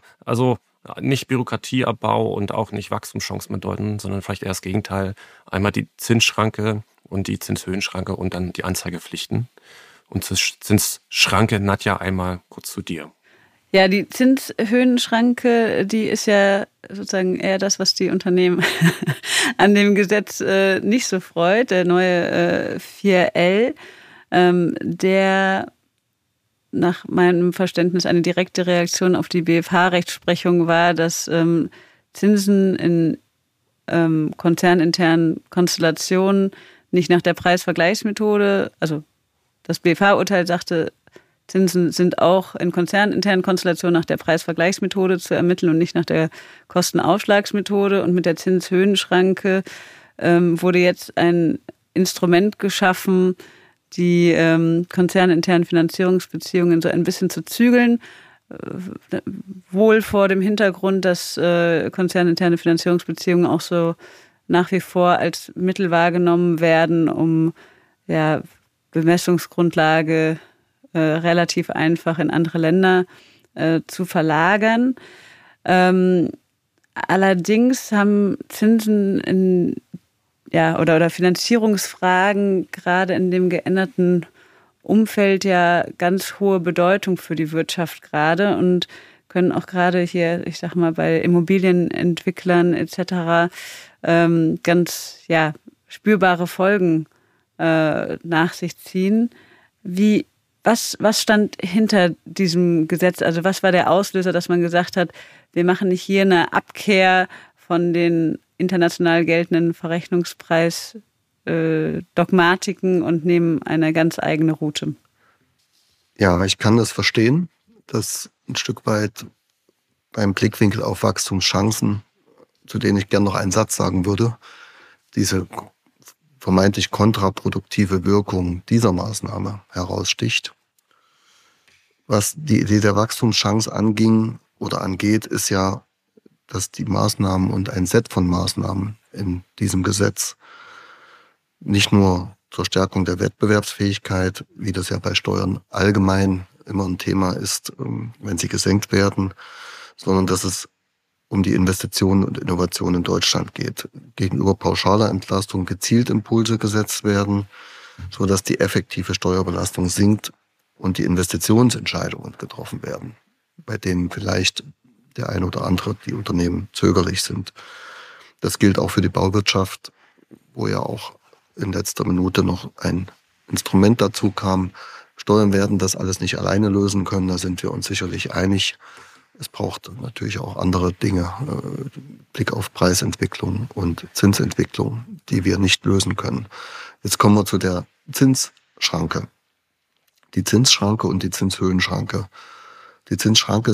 nicht Bürokratieabbau und auch nicht Wachstumschancen bedeuten, sondern vielleicht eher das Gegenteil. Einmal die Zinsschranke und die Zinshöhenschranke und dann die Anzeigepflichten. Und zur Zinsschranke, Nadja, einmal kurz zu dir. Ja, die Zinshöhenschranke, die ist ja sozusagen eher das, was die Unternehmen an dem Gesetz nicht so freut. Der neue 4L, der nach meinem Verständnis eine direkte Reaktion auf die BFH-Rechtsprechung war, dass Zinsen in konzerninternen Konstellationen nicht nach der Preisvergleichsmethode, also das BFH-Urteil sagte, Zinsen sind auch in konzerninternen Konstellationen nach der Preisvergleichsmethode zu ermitteln und nicht nach der Kostenaufschlagsmethode. Und mit der Zinshöhenschranke wurde jetzt ein Instrument geschaffen, die konzerninternen Finanzierungsbeziehungen so ein bisschen zu zügeln, wohl vor dem Hintergrund, dass konzerninterne Finanzierungsbeziehungen auch so nach wie vor als Mittel wahrgenommen werden, um Bemessungsgrundlage relativ einfach in andere Länder zu verlagern. Allerdings haben Zinsen oder Finanzierungsfragen gerade in dem geänderten Umfeld ja ganz hohe Bedeutung für die Wirtschaft gerade und können auch gerade hier, ich sag mal, bei Immobilienentwicklern etc. Ganz spürbare Folgen nach sich ziehen. Was stand hinter diesem Gesetz? Also was war der Auslöser, dass man gesagt hat, wir machen nicht hier eine Abkehr von den international geltenden Verrechnungspreis-Dogmatiken und nehmen eine ganz eigene Route? Ja, ich kann das verstehen, dass ein Stück weit beim Blickwinkel auf Wachstumschancen, zu denen ich gerne noch einen Satz sagen würde, diese vermeintlich kontraproduktive Wirkung dieser Maßnahme heraussticht. Was die Idee der Wachstumschance anging oder angeht, ist ja, dass die Maßnahmen und ein Set von Maßnahmen in diesem Gesetz nicht nur zur Stärkung der Wettbewerbsfähigkeit, wie das ja bei Steuern allgemein immer ein Thema ist, wenn sie gesenkt werden, sondern dass es um die Investitionen und Innovation in Deutschland geht. Gegenüber pauschaler Entlastung gezielt Impulse gesetzt werden, sodass die effektive Steuerbelastung sinkt und die Investitionsentscheidungen getroffen werden, bei denen vielleicht der eine oder andere, die Unternehmen zögerlich sind. Das gilt auch für die Bauwirtschaft, wo ja auch in letzter Minute noch ein Instrument dazu kam. Steuern werden das alles nicht alleine lösen können, da sind wir uns sicherlich einig. Es braucht natürlich auch andere Dinge, Blick auf Preisentwicklung und Zinsentwicklung, die wir nicht lösen können. Jetzt kommen wir zu der Zinsschranke. Die Zinsschranke und die Zinshöhenschranke. Die Zinsschranke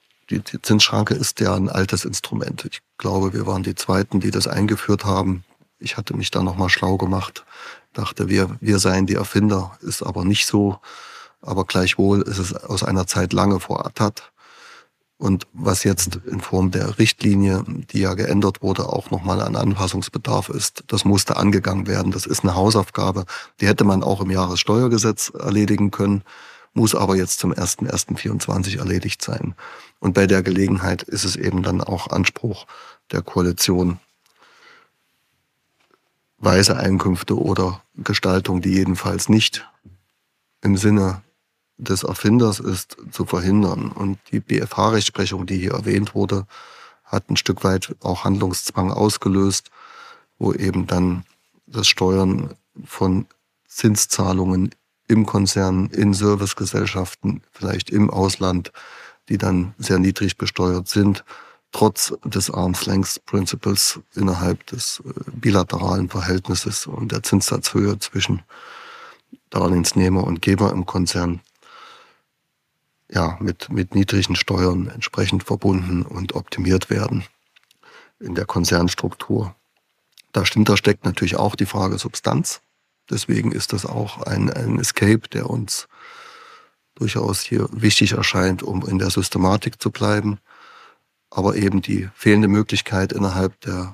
ist ja ein altes Instrument. Ich glaube, wir waren die Zweiten, die das eingeführt haben. Ich hatte mich da nochmal schlau gemacht, dachte, wir seien die Erfinder, ist aber nicht so. Aber gleichwohl ist es aus einer Zeit lange vor Attad. Und was jetzt in Form der Richtlinie, die ja geändert wurde, auch nochmal an Anpassungsbedarf ist, das musste angegangen werden. Das ist eine Hausaufgabe, die hätte man auch im Jahressteuergesetz erledigen können, muss aber jetzt zum 01.01.24 erledigt sein. Und bei der Gelegenheit ist es eben dann auch Anspruch der Koalition, weise Einkünfte oder Gestaltung, die jedenfalls nicht im Sinne des Erfinders ist, zu verhindern. Und die BFH-Rechtsprechung, die hier erwähnt wurde, hat ein Stück weit auch Handlungszwang ausgelöst, wo eben dann das Steuern von Zinszahlungen im Konzern, in Servicegesellschaften, vielleicht im Ausland, die dann sehr niedrig besteuert sind, trotz des Arm's-Length-Principles innerhalb des bilateralen Verhältnisses und der Zinssatzhöhe zwischen Darlehensnehmer und Geber im Konzern, ja, mit niedrigen Steuern entsprechend verbunden und optimiert werden in der Konzernstruktur. Da steckt natürlich auch die Frage Substanz. Deswegen ist das auch ein Escape, der uns durchaus hier wichtig erscheint, um in der Systematik zu bleiben. Aber eben die fehlende Möglichkeit innerhalb der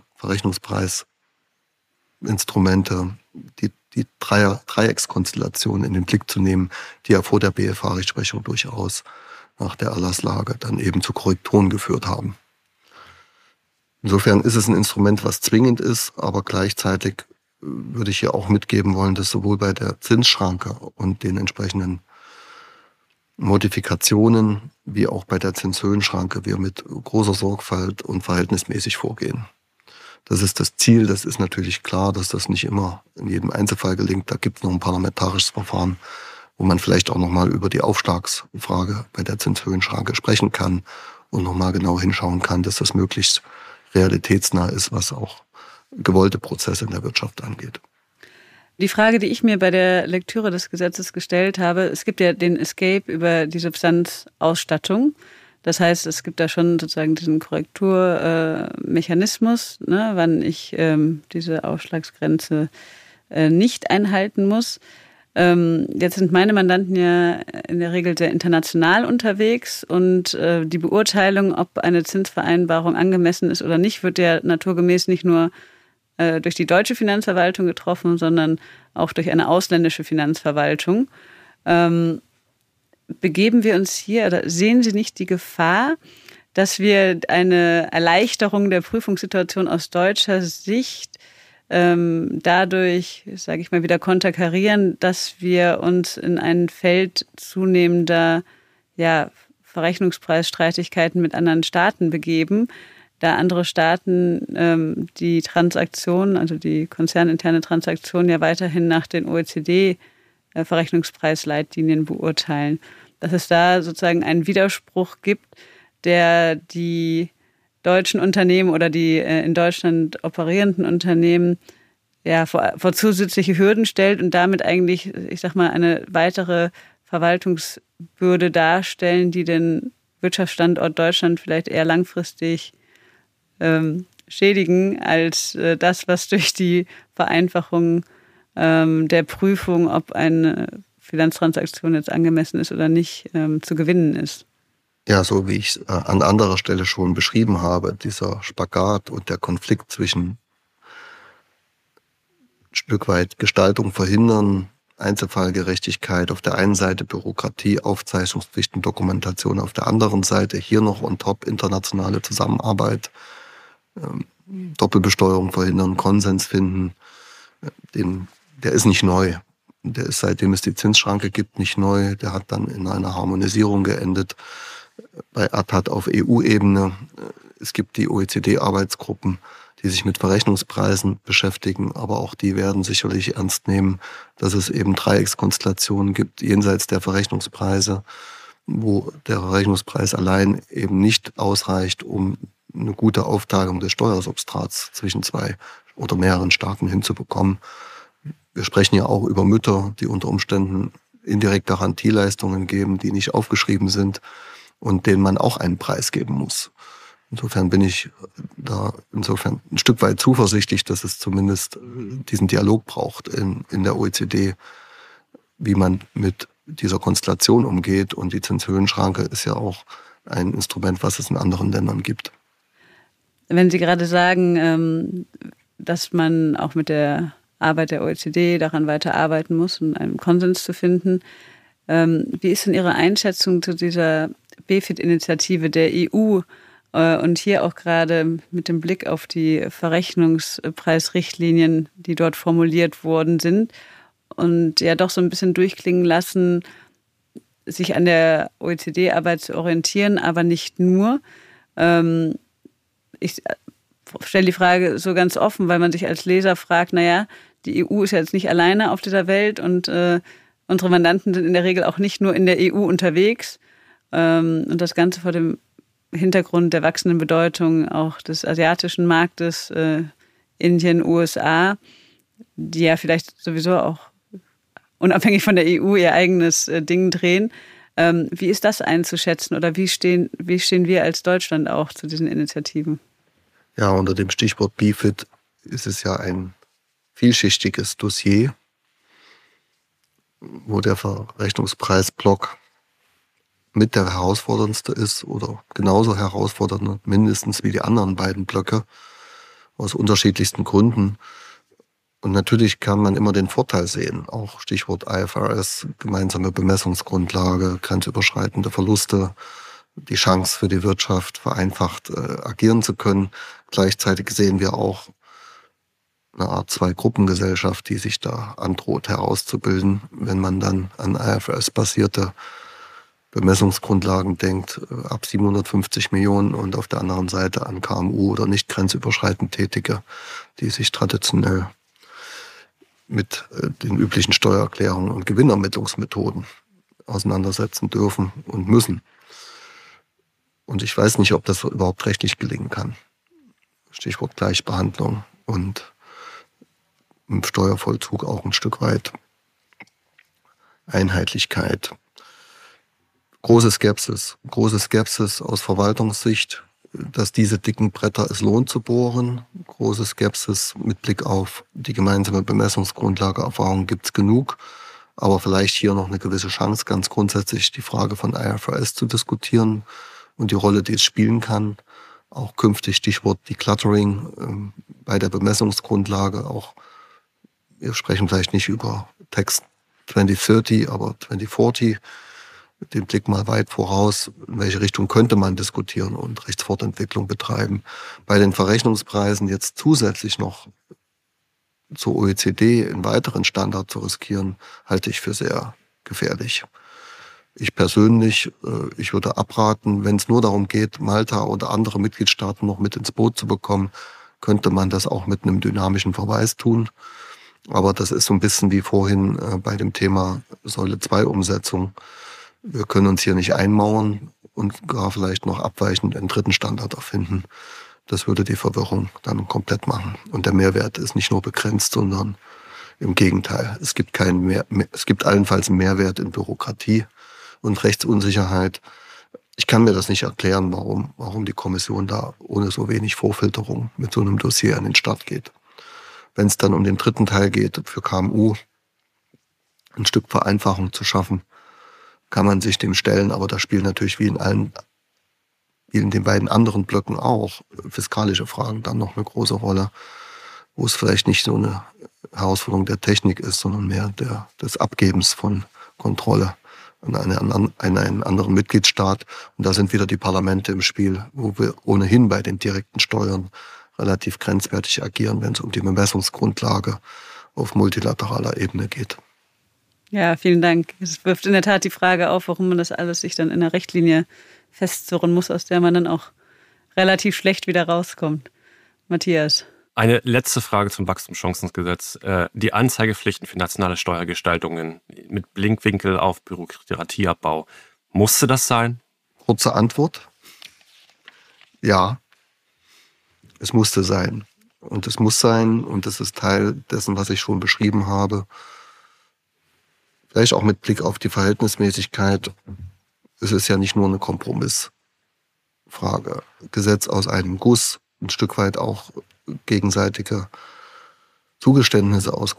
Verrechnungspreisinstrumente, die Dreieckskonstellation in den Blick zu nehmen, die ja vor der BFH-Rechtsprechung durchaus nach der Erlasslage dann eben zu Korrekturen geführt haben. Insofern ist es ein Instrument, was zwingend ist, aber gleichzeitig würde ich hier auch mitgeben wollen, dass sowohl bei der Zinsschranke und den entsprechenden Modifikationen wie auch bei der Zinshöhenschranke wir mit großer Sorgfalt und verhältnismäßig vorgehen. Das ist das Ziel, das ist natürlich klar, dass das nicht immer in jedem Einzelfall gelingt. Da gibt es noch ein parlamentarisches Verfahren, wo man vielleicht auch nochmal über die Aufschlagsfrage bei der Zinshöhenschranke sprechen kann und nochmal genau hinschauen kann, dass das möglichst realitätsnah ist, was auch gewollte Prozesse in der Wirtschaft angeht. Die Frage, die ich mir bei der Lektüre des Gesetzes gestellt habe, es gibt ja den Escape über die Substanzausstattung. Das heißt, es gibt da schon sozusagen diesen Korrekturmechanismus, wann ich diese Aufschlagsgrenze nicht einhalten muss. Jetzt sind meine Mandanten ja in der Regel sehr international unterwegs und die Beurteilung, ob eine Zinsvereinbarung angemessen ist oder nicht, wird ja naturgemäß nicht nur durch die deutsche Finanzverwaltung getroffen, sondern auch durch eine ausländische Finanzverwaltung. Begeben wir uns hier, oder sehen Sie nicht die Gefahr, dass wir eine Erleichterung der Prüfungssituation aus deutscher Sicht dadurch, sage ich mal, wieder konterkarieren, dass wir uns in ein Feld zunehmender Verrechnungspreisstreitigkeiten mit anderen Staaten begeben, da andere Staaten die Transaktion, also die konzerninterne Transaktion ja weiterhin nach den OECD-Verrechnungspreisleitlinien beurteilen. Dass es da sozusagen einen Widerspruch gibt, der die deutschen Unternehmen oder die in Deutschland operierenden Unternehmen vor zusätzliche Hürden stellt und damit eigentlich, ich sag mal, eine weitere Verwaltungsbürde darstellen, die den Wirtschaftsstandort Deutschland vielleicht eher langfristig schädigen als das, was durch die Vereinfachung der Prüfung, ob eine Finanztransaktion jetzt angemessen ist oder nicht, zu gewinnen ist. Ja, so wie ich es an anderer Stelle schon beschrieben habe, dieser Spagat und der Konflikt zwischen ein Stück weit Gestaltung verhindern, Einzelfallgerechtigkeit auf der einen Seite, Bürokratie, Aufzeichnungspflichten, Dokumentation auf der anderen Seite, hier noch on top internationale Zusammenarbeit, Doppelbesteuerung verhindern, Konsens finden, der ist nicht neu. Der ist, seitdem es die Zinsschranke gibt, nicht neu. Der hat dann in einer Harmonisierung geendet bei Attad auf EU-Ebene. Es gibt die OECD-Arbeitsgruppen, die sich mit Verrechnungspreisen beschäftigen, aber auch die werden sicherlich ernst nehmen, dass es eben Dreieckskonstellationen gibt jenseits der Verrechnungspreise, wo der Verrechnungspreis allein eben nicht ausreicht, um eine gute Aufteilung des Steuersubstrats zwischen zwei oder mehreren Staaten hinzubekommen. Wir sprechen ja auch über Mütter, die unter Umständen indirekt Garantieleistungen geben, die nicht aufgeschrieben sind und denen man auch einen Preis geben muss. Insofern bin ich da ein Stück weit zuversichtlich, dass es zumindest diesen Dialog braucht in der OECD, wie man mit dieser Konstellation umgeht. Und die Zinshöhenschranke ist ja auch ein Instrument, was es in anderen Ländern gibt. Wenn Sie gerade sagen, dass man auch mit der Arbeit der OECD daran weiterarbeiten muss, um einen Konsens zu finden, wie ist denn Ihre Einschätzung zu dieser BEFIT-Initiative der EU und hier auch gerade mit dem Blick auf die Verrechnungspreisrichtlinien, die dort formuliert worden sind und ja doch so ein bisschen durchklingen lassen, sich an der OECD-Arbeit zu orientieren, aber nicht nur. Ich stelle die Frage so ganz offen, weil man sich als Leser fragt, naja, die EU ist ja jetzt nicht alleine auf dieser Welt und unsere Mandanten sind in der Regel auch nicht nur in der EU unterwegs. Und das Ganze vor dem Hintergrund der wachsenden Bedeutung auch des asiatischen Marktes, Indien, USA, die ja vielleicht sowieso auch unabhängig von der EU ihr eigenes Ding drehen. Wie ist das einzuschätzen oder wie stehen wir als Deutschland auch zu diesen Initiativen? Ja, unter dem Stichwort BEFIT ist es ja ein vielschichtiges Dossier, wo der Verrechnungspreisblock mit der herausforderndste ist oder genauso herausfordernd mindestens wie die anderen beiden Blöcke aus unterschiedlichsten Gründen. Und natürlich kann man immer den Vorteil sehen, auch Stichwort IFRS, gemeinsame Bemessungsgrundlage, grenzüberschreitende Verluste, die Chance für die Wirtschaft vereinfacht agieren zu können. Gleichzeitig sehen wir auch eine Art Zwei-Gruppen-Gesellschaft, die sich da androht herauszubilden, wenn man dann an IFRS-basierte Bemessungsgrundlagen denkt, ab 750 Millionen und auf der anderen Seite an KMU oder nicht grenzüberschreitend Tätige, die sich traditionell mit den üblichen Steuererklärungen und Gewinnermittlungsmethoden auseinandersetzen dürfen und müssen. Und ich weiß nicht, ob das überhaupt rechtlich gelingen kann. Stichwort Gleichbehandlung und im Steuervollzug auch ein Stück weit Einheitlichkeit. Große Skepsis aus Verwaltungssicht, dass diese dicken Bretter es lohnt zu bohren. Große Skepsis mit Blick auf die gemeinsame Bemessungsgrundlage. Erfahrung gibt es genug, aber vielleicht hier noch eine gewisse Chance, ganz grundsätzlich die Frage von IFRS zu diskutieren und die Rolle, die es spielen kann. Auch künftig Stichwort Decluttering bei der Bemessungsgrundlage. Auch wir sprechen vielleicht nicht über Text 2030, aber 2040. Den Blick mal weit voraus, in welche Richtung könnte man diskutieren und Rechtsfortentwicklung betreiben. Bei den Verrechnungspreisen jetzt zusätzlich noch zur OECD einen weiteren Standard zu riskieren, halte ich für sehr gefährlich. Ich persönlich, ich würde abraten, wenn es nur darum geht, Malta oder andere Mitgliedstaaten noch mit ins Boot zu bekommen, könnte man das auch mit einem dynamischen Verweis tun. Aber das ist so ein bisschen wie vorhin bei dem Thema Säule 2 Umsetzung. Wir können uns hier nicht einmauern und gar vielleicht noch abweichend einen dritten Standard erfinden. Das würde die Verwirrung dann komplett machen. Und der Mehrwert ist nicht nur begrenzt, sondern im Gegenteil. Es gibt allenfalls einen Mehrwert in Bürokratie und Rechtsunsicherheit. Ich kann mir das nicht erklären, warum die Kommission da ohne so wenig Vorfilterung mit so einem Dossier an den Start geht. Wenn es dann um den dritten Teil geht, für KMU ein Stück Vereinfachung zu schaffen, kann man sich dem stellen, aber da spielen natürlich wie in den beiden anderen Blöcken auch fiskalische Fragen dann noch eine große Rolle, wo es vielleicht nicht so eine Herausforderung der Technik ist, sondern mehr des Abgebens von Kontrolle an einen anderen Mitgliedstaat. Und da sind wieder die Parlamente im Spiel, wo wir ohnehin bei den direkten Steuern relativ grenzwertig agieren, wenn es um die Bemessungsgrundlage auf multilateraler Ebene geht. Ja, vielen Dank. Es wirft in der Tat die Frage auf, warum man das alles sich dann in der Richtlinie festzurren muss, aus der man dann auch relativ schlecht wieder rauskommt. Matthias. Eine letzte Frage zum Wachstumschancengesetz. Die Anzeigepflichten für nationale Steuergestaltungen mit Blinkwinkel auf Bürokratieabbau. Musste das sein? Kurze Antwort. Ja, es musste sein. Und es muss sein, und das ist Teil dessen, was ich schon beschrieben habe, vielleicht auch mit Blick auf die Verhältnismäßigkeit, es ist ja nicht nur eine Kompromissformel, Frage. Gesetz aus einem Guss, ein Stück weit auch gegenseitige Zugeständnisse aus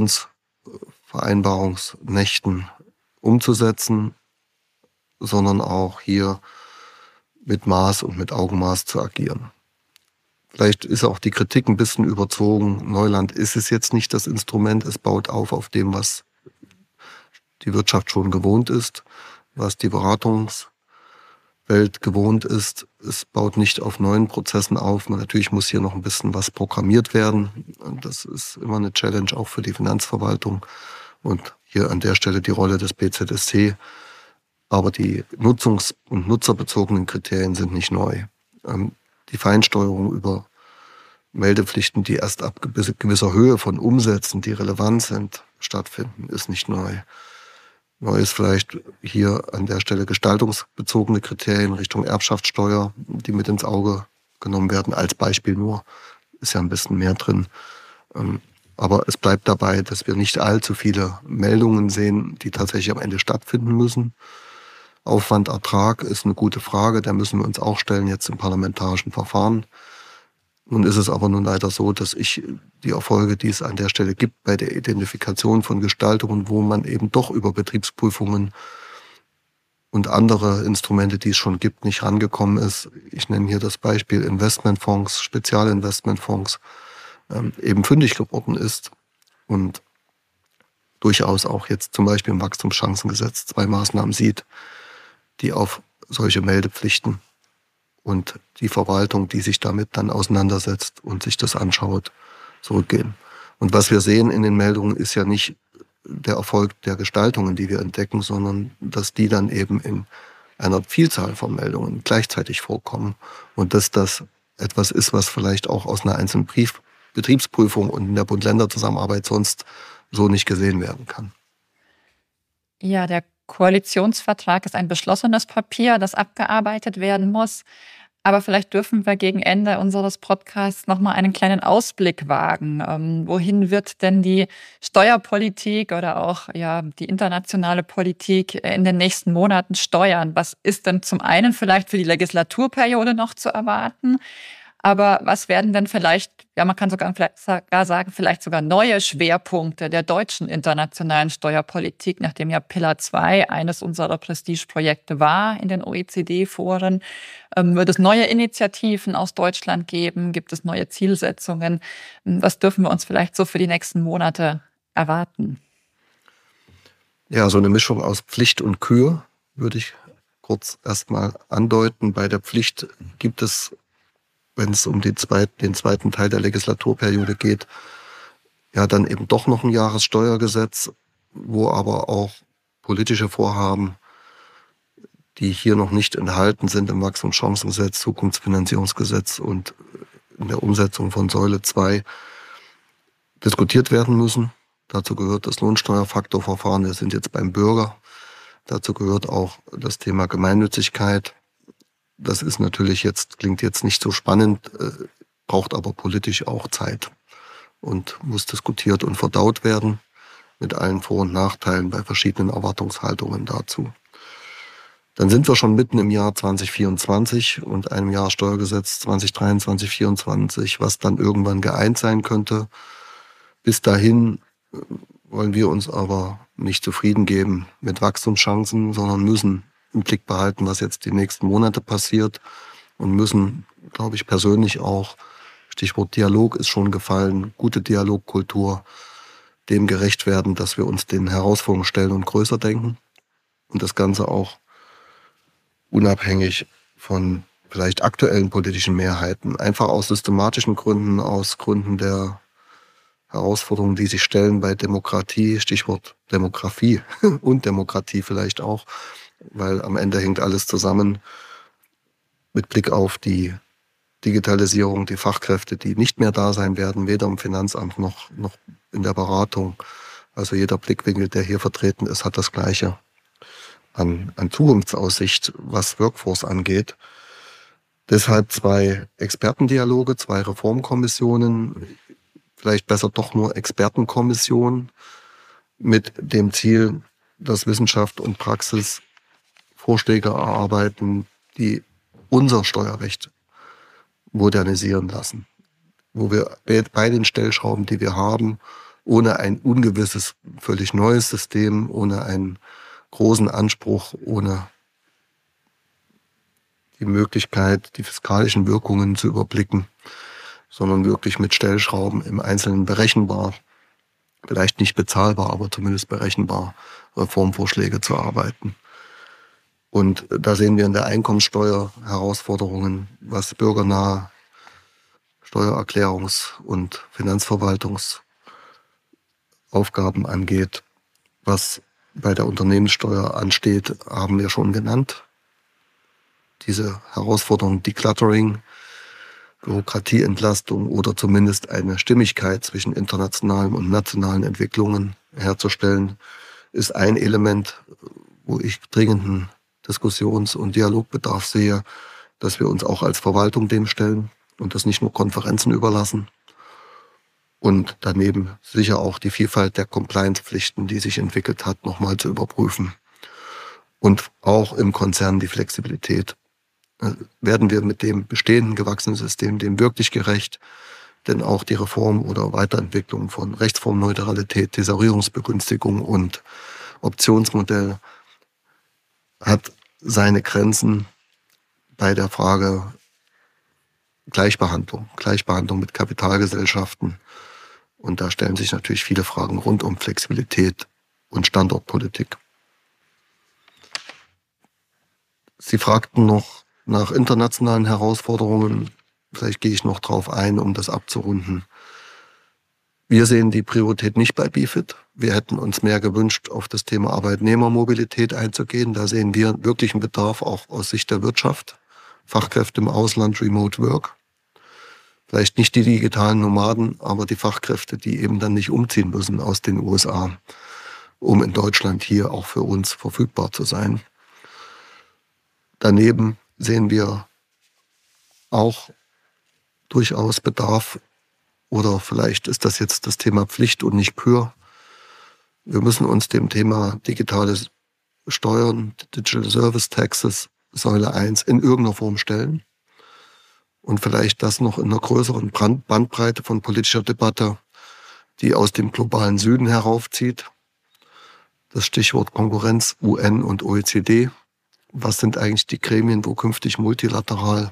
Koalitionsvereinbarungsnächten umzusetzen, sondern auch hier mit Maß und mit Augenmaß zu agieren. Vielleicht ist auch die Kritik ein bisschen überzogen. Neuland ist es jetzt nicht das Instrument. Es baut auf dem, was die Wirtschaft schon gewohnt ist, was die Beratungswelt gewohnt ist. Es baut nicht auf neuen Prozessen auf. Natürlich muss hier noch ein bisschen was programmiert werden. Das ist immer eine Challenge auch für die Finanzverwaltung. Und hier an der Stelle die Rolle des BZSC. Aber die nutzungs- und nutzerbezogenen Kriterien sind nicht neu. Die Feinsteuerung über Meldepflichten, die erst ab gewisser Höhe von Umsätzen, die relevant sind, stattfinden, ist nicht neu. Neu ist vielleicht hier an der Stelle gestaltungsbezogene Kriterien Richtung Erbschaftssteuer, die mit ins Auge genommen werden. Als Beispiel nur, ist ja ein bisschen mehr drin. Aber es bleibt dabei, dass wir nicht allzu viele Meldungen sehen, die tatsächlich am Ende stattfinden müssen. Aufwand, Ertrag ist eine gute Frage, da müssen wir uns auch stellen jetzt im parlamentarischen Verfahren. Nun ist es aber nun leider so, dass ich die Erfolge, die es an der Stelle gibt bei der Identifikation von Gestaltungen, wo man eben doch über Betriebsprüfungen und andere Instrumente, die es schon gibt, nicht rangekommen ist. Ich nenne hier das Beispiel Investmentfonds, Spezialinvestmentfonds, eben fündig geworden ist und durchaus auch jetzt zum Beispiel im Wachstumschancengesetz 2 Maßnahmen sieht, die auf solche Meldepflichten und die Verwaltung, die sich damit dann auseinandersetzt und sich das anschaut, zurückgehen. Und was wir sehen in den Meldungen ist ja nicht der Erfolg der Gestaltungen, die wir entdecken, sondern dass die dann eben in einer Vielzahl von Meldungen gleichzeitig vorkommen und dass das etwas ist, was vielleicht auch aus einer einzelnen Betriebsprüfung und in der Bund-Länder-Zusammenarbeit sonst so nicht gesehen werden kann. Ja, der Koalitionsvertrag ist ein beschlossenes Papier, das abgearbeitet werden muss. Aber vielleicht dürfen wir gegen Ende unseres Podcasts nochmal einen kleinen Ausblick wagen. Wohin wird denn die Steuerpolitik oder auch die internationale Politik in den nächsten Monaten steuern? Was ist denn zum einen vielleicht für die Legislaturperiode noch zu erwarten? Aber was werden denn vielleicht, man kann sogar sagen, vielleicht sogar neue Schwerpunkte der deutschen internationalen Steuerpolitik, nachdem ja Pillar 2 eines unserer Prestigeprojekte war in den OECD-Foren? Wird es neue Initiativen aus Deutschland geben? Gibt es neue Zielsetzungen? Was dürfen wir uns vielleicht so für die nächsten Monate erwarten? Ja, so eine Mischung aus Pflicht und Kür würde ich kurz erstmal andeuten. Bei der Pflicht gibt es, wenn es um den zweiten Teil der Legislaturperiode geht, ja dann eben doch noch ein Jahressteuergesetz, wo aber auch politische Vorhaben, die hier noch nicht enthalten sind im Wachstumschancengesetz, Zukunftsfinanzierungsgesetz und in der Umsetzung von Säule 2 diskutiert werden müssen. Dazu gehört das Lohnsteuerfaktorverfahren, wir sind jetzt beim Bürger. Dazu gehört auch das Thema Gemeinnützigkeit. Das ist natürlich klingt jetzt nicht so spannend, braucht aber politisch auch Zeit und muss diskutiert und verdaut werden mit allen Vor- und Nachteilen bei verschiedenen Erwartungshaltungen dazu. Dann sind wir schon mitten im Jahr 2024 und einem Jahr Steuergesetz 2023, 2024, was dann irgendwann geeint sein könnte. Bis dahin wollen wir uns aber nicht zufrieden geben mit Wachstumschancen, sondern müssen im Blick behalten, was jetzt die nächsten Monate passiert und müssen, glaube ich, persönlich auch, Stichwort Dialog ist schon gefallen, gute Dialogkultur, dem gerecht werden, dass wir uns den Herausforderungen stellen und größer denken und das Ganze auch unabhängig von vielleicht aktuellen politischen Mehrheiten, einfach aus systematischen Gründen, aus Gründen der Herausforderungen, die sich stellen bei Demokratie, Stichwort Demografie und Demokratie vielleicht auch, weil am Ende hängt alles zusammen mit Blick auf die Digitalisierung, die Fachkräfte, die nicht mehr da sein werden, weder im Finanzamt noch in der Beratung. Also jeder Blickwinkel, der hier vertreten ist, hat das Gleiche an Zukunftsaussicht, was Workforce angeht. Deshalb 2 Expertendialoge, 2 Reformkommissionen, vielleicht besser doch nur Expertenkommissionen mit dem Ziel, dass Wissenschaft und Praxis Vorschläge erarbeiten, die unser Steuerrecht modernisieren lassen, wo wir bei den Stellschrauben, die wir haben, ohne ein ungewisses, völlig neues System, ohne einen großen Anspruch, ohne die Möglichkeit, die fiskalischen Wirkungen zu überblicken, sondern wirklich mit Stellschrauben im Einzelnen berechenbar, vielleicht nicht bezahlbar, aber zumindest berechenbar, Reformvorschläge zu arbeiten. Und da sehen wir in der Einkommensteuer Herausforderungen, was bürgernahe Steuererklärungs- und Finanzverwaltungsaufgaben angeht. Was bei der Unternehmenssteuer ansteht, haben wir schon genannt. Diese Herausforderung Decluttering, Bürokratieentlastung oder zumindest eine Stimmigkeit zwischen internationalen und nationalen Entwicklungen herzustellen, ist ein Element, wo ich dringenden Diskussions- und Dialogbedarf sehe, dass wir uns auch als Verwaltung dem stellen und das nicht nur Konferenzen überlassen. Und daneben sicher auch die Vielfalt der Compliance-Pflichten, die sich entwickelt hat, nochmal zu überprüfen. Und auch im Konzern die Flexibilität. Werden wir mit dem bestehenden gewachsenen System dem wirklich gerecht? Denn auch die Reform oder Weiterentwicklung von Rechtsformneutralität, Thesaurierungsbegünstigung und Optionsmodell hat seine Grenzen bei der Frage Gleichbehandlung mit Kapitalgesellschaften. Und da stellen sich natürlich viele Fragen rund um Flexibilität und Standortpolitik. Sie fragten noch nach internationalen Herausforderungen. Vielleicht gehe ich noch drauf ein, um das abzurunden. Wir sehen die Priorität nicht bei BiFID. Wir hätten uns mehr gewünscht, auf das Thema Arbeitnehmermobilität einzugehen. Da sehen wir wirklichen Bedarf auch aus Sicht der Wirtschaft. Fachkräfte im Ausland, Remote Work. Vielleicht nicht die digitalen Nomaden, aber die Fachkräfte, die eben dann nicht umziehen müssen aus den USA, um in Deutschland hier auch für uns verfügbar zu sein. Daneben sehen wir auch durchaus Bedarf, oder vielleicht ist das jetzt das Thema Pflicht und nicht Kür. Wir müssen uns dem Thema digitale Steuern, Digital Service Taxes, Säule 1 in irgendeiner Form stellen. Und vielleicht das noch in einer größeren Bandbreite von politischer Debatte, die aus dem globalen Süden heraufzieht. Das Stichwort Konkurrenz, UN und OECD. Was sind eigentlich die Gremien, wo künftig multilateral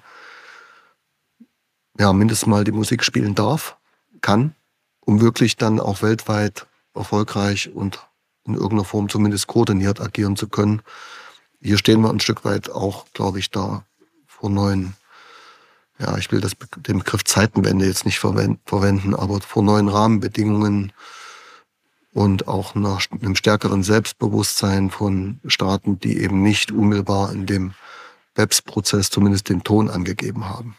mindestens mal die Musik spielen kann, um wirklich dann auch weltweit erfolgreich und in irgendeiner Form zumindest koordiniert agieren zu können. Hier stehen wir ein Stück weit auch, glaube ich, da vor neuen, ich will den Begriff Zeitenwende jetzt nicht verwenden, aber vor neuen Rahmenbedingungen und auch nach einem stärkeren Selbstbewusstsein von Staaten, die eben nicht unmittelbar in dem BEPS-Prozess zumindest den Ton angegeben haben.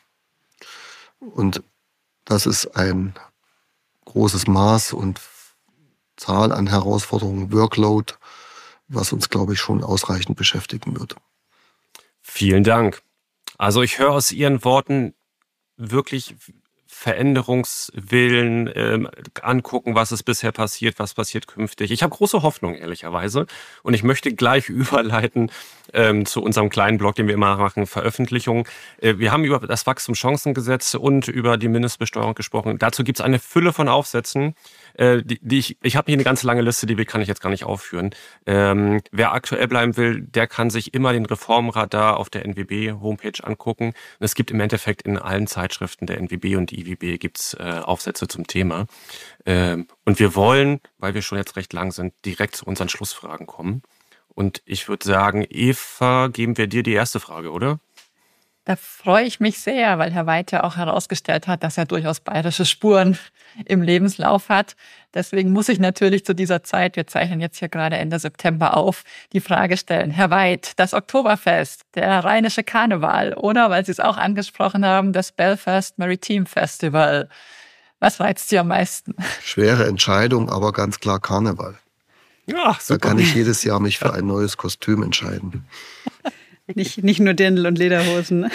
Und das ist ein großes Maß und Zahl an Herausforderungen, Workload, was uns, glaube ich, schon ausreichend beschäftigen wird. Vielen Dank. Also ich höre aus Ihren Worten wirklich Veränderungswillen, angucken, was ist bisher passiert, was passiert künftig. Ich habe große Hoffnung, ehrlicherweise. Und ich möchte gleich überleiten zu unserem kleinen Blog, den wir immer machen, Veröffentlichung. Wir haben über das Wachstumschancengesetz und über die Mindestbesteuerung gesprochen. Dazu gibt es eine Fülle von Aufsätzen. Ich habe hier eine ganz lange Liste, die kann ich jetzt gar nicht aufführen. Wer aktuell bleiben will, der kann sich immer den Reformradar auf der NWB-Homepage angucken. Und es gibt im Endeffekt in allen Zeitschriften der NWB und IWB gibt's Aufsätze zum Thema. Und wir wollen, weil wir schon jetzt recht lang sind, direkt zu unseren Schlussfragen kommen. Und ich würde sagen, Eva, geben wir dir die erste Frage, oder? Da freue ich mich sehr, weil Herr Weid ja auch herausgestellt hat, dass er durchaus bayerische Spuren im Lebenslauf hat. Deswegen muss ich natürlich zu dieser Zeit, wir zeichnen jetzt hier gerade Ende September auf, die Frage stellen. Herr Weid, das Oktoberfest, der rheinische Karneval oder, weil Sie es auch angesprochen haben, das Belfast Maritime Festival. Was reizt Sie am meisten? Schwere Entscheidung, aber ganz klar Karneval. Ja, super. Da kann ich jedes Jahr mich für ein neues Kostüm entscheiden. Nicht nur Dirndl und Lederhosen.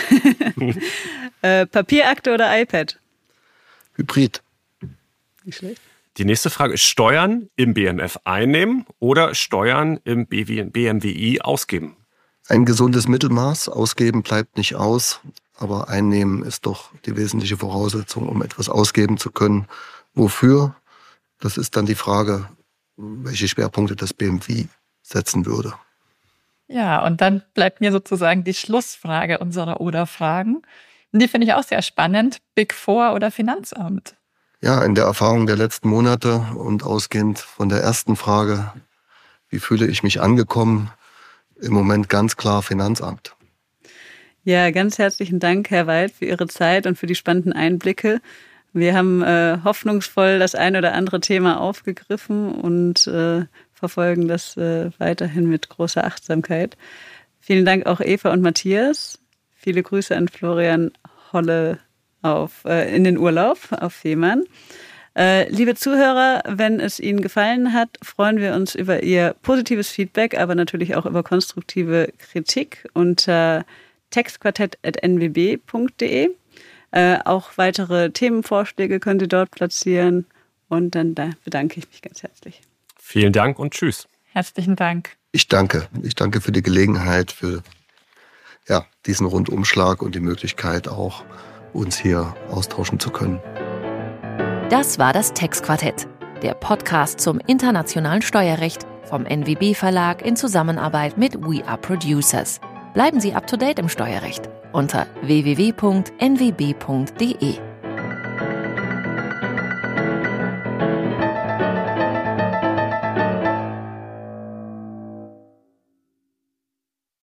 Papierakte oder iPad? Hybrid. Nicht schlecht. Die nächste Frage ist: Steuern im BMF einnehmen oder Steuern im BMWI ausgeben? ein gesundes Mittelmaß. Ausgeben bleibt nicht aus, aber einnehmen ist doch die wesentliche Voraussetzung, um etwas ausgeben zu können. Wofür? Das ist dann die Frage, welche Schwerpunkte das BMW setzen würde. Ja, und dann bleibt mir sozusagen die Schlussfrage unserer Oder-Fragen. Und die finde ich auch sehr spannend. Big Four oder Finanzamt? Ja, in der Erfahrung der letzten Monate und ausgehend von der ersten Frage, wie fühle ich mich angekommen? Im Moment ganz klar Finanzamt. Ja, ganz herzlichen Dank, Herr Weid, für Ihre Zeit und für die spannenden Einblicke. Wir haben hoffnungsvoll das ein oder andere Thema aufgegriffen und verfolgen das weiterhin mit großer Achtsamkeit. Vielen Dank auch Eva und Matthias. Viele Grüße an Florian Holle in den Urlaub auf Fehmarn. Liebe Zuhörer, wenn es Ihnen gefallen hat, freuen wir uns über Ihr positives Feedback, aber natürlich auch über konstruktive Kritik unter textquartett@nwb.de. Auch weitere Themenvorschläge können Sie dort platzieren. Und dann bedanke ich mich ganz herzlich. Vielen Dank und tschüss. Herzlichen Dank. Ich danke. Ich danke für die Gelegenheit, für diesen Rundumschlag und die Möglichkeit auch, uns hier austauschen zu können. Das war das Textquartett, der Podcast zum internationalen Steuerrecht vom NWB Verlag in Zusammenarbeit mit We Are Producers. Bleiben Sie up to date im Steuerrecht unter www.nwb.de.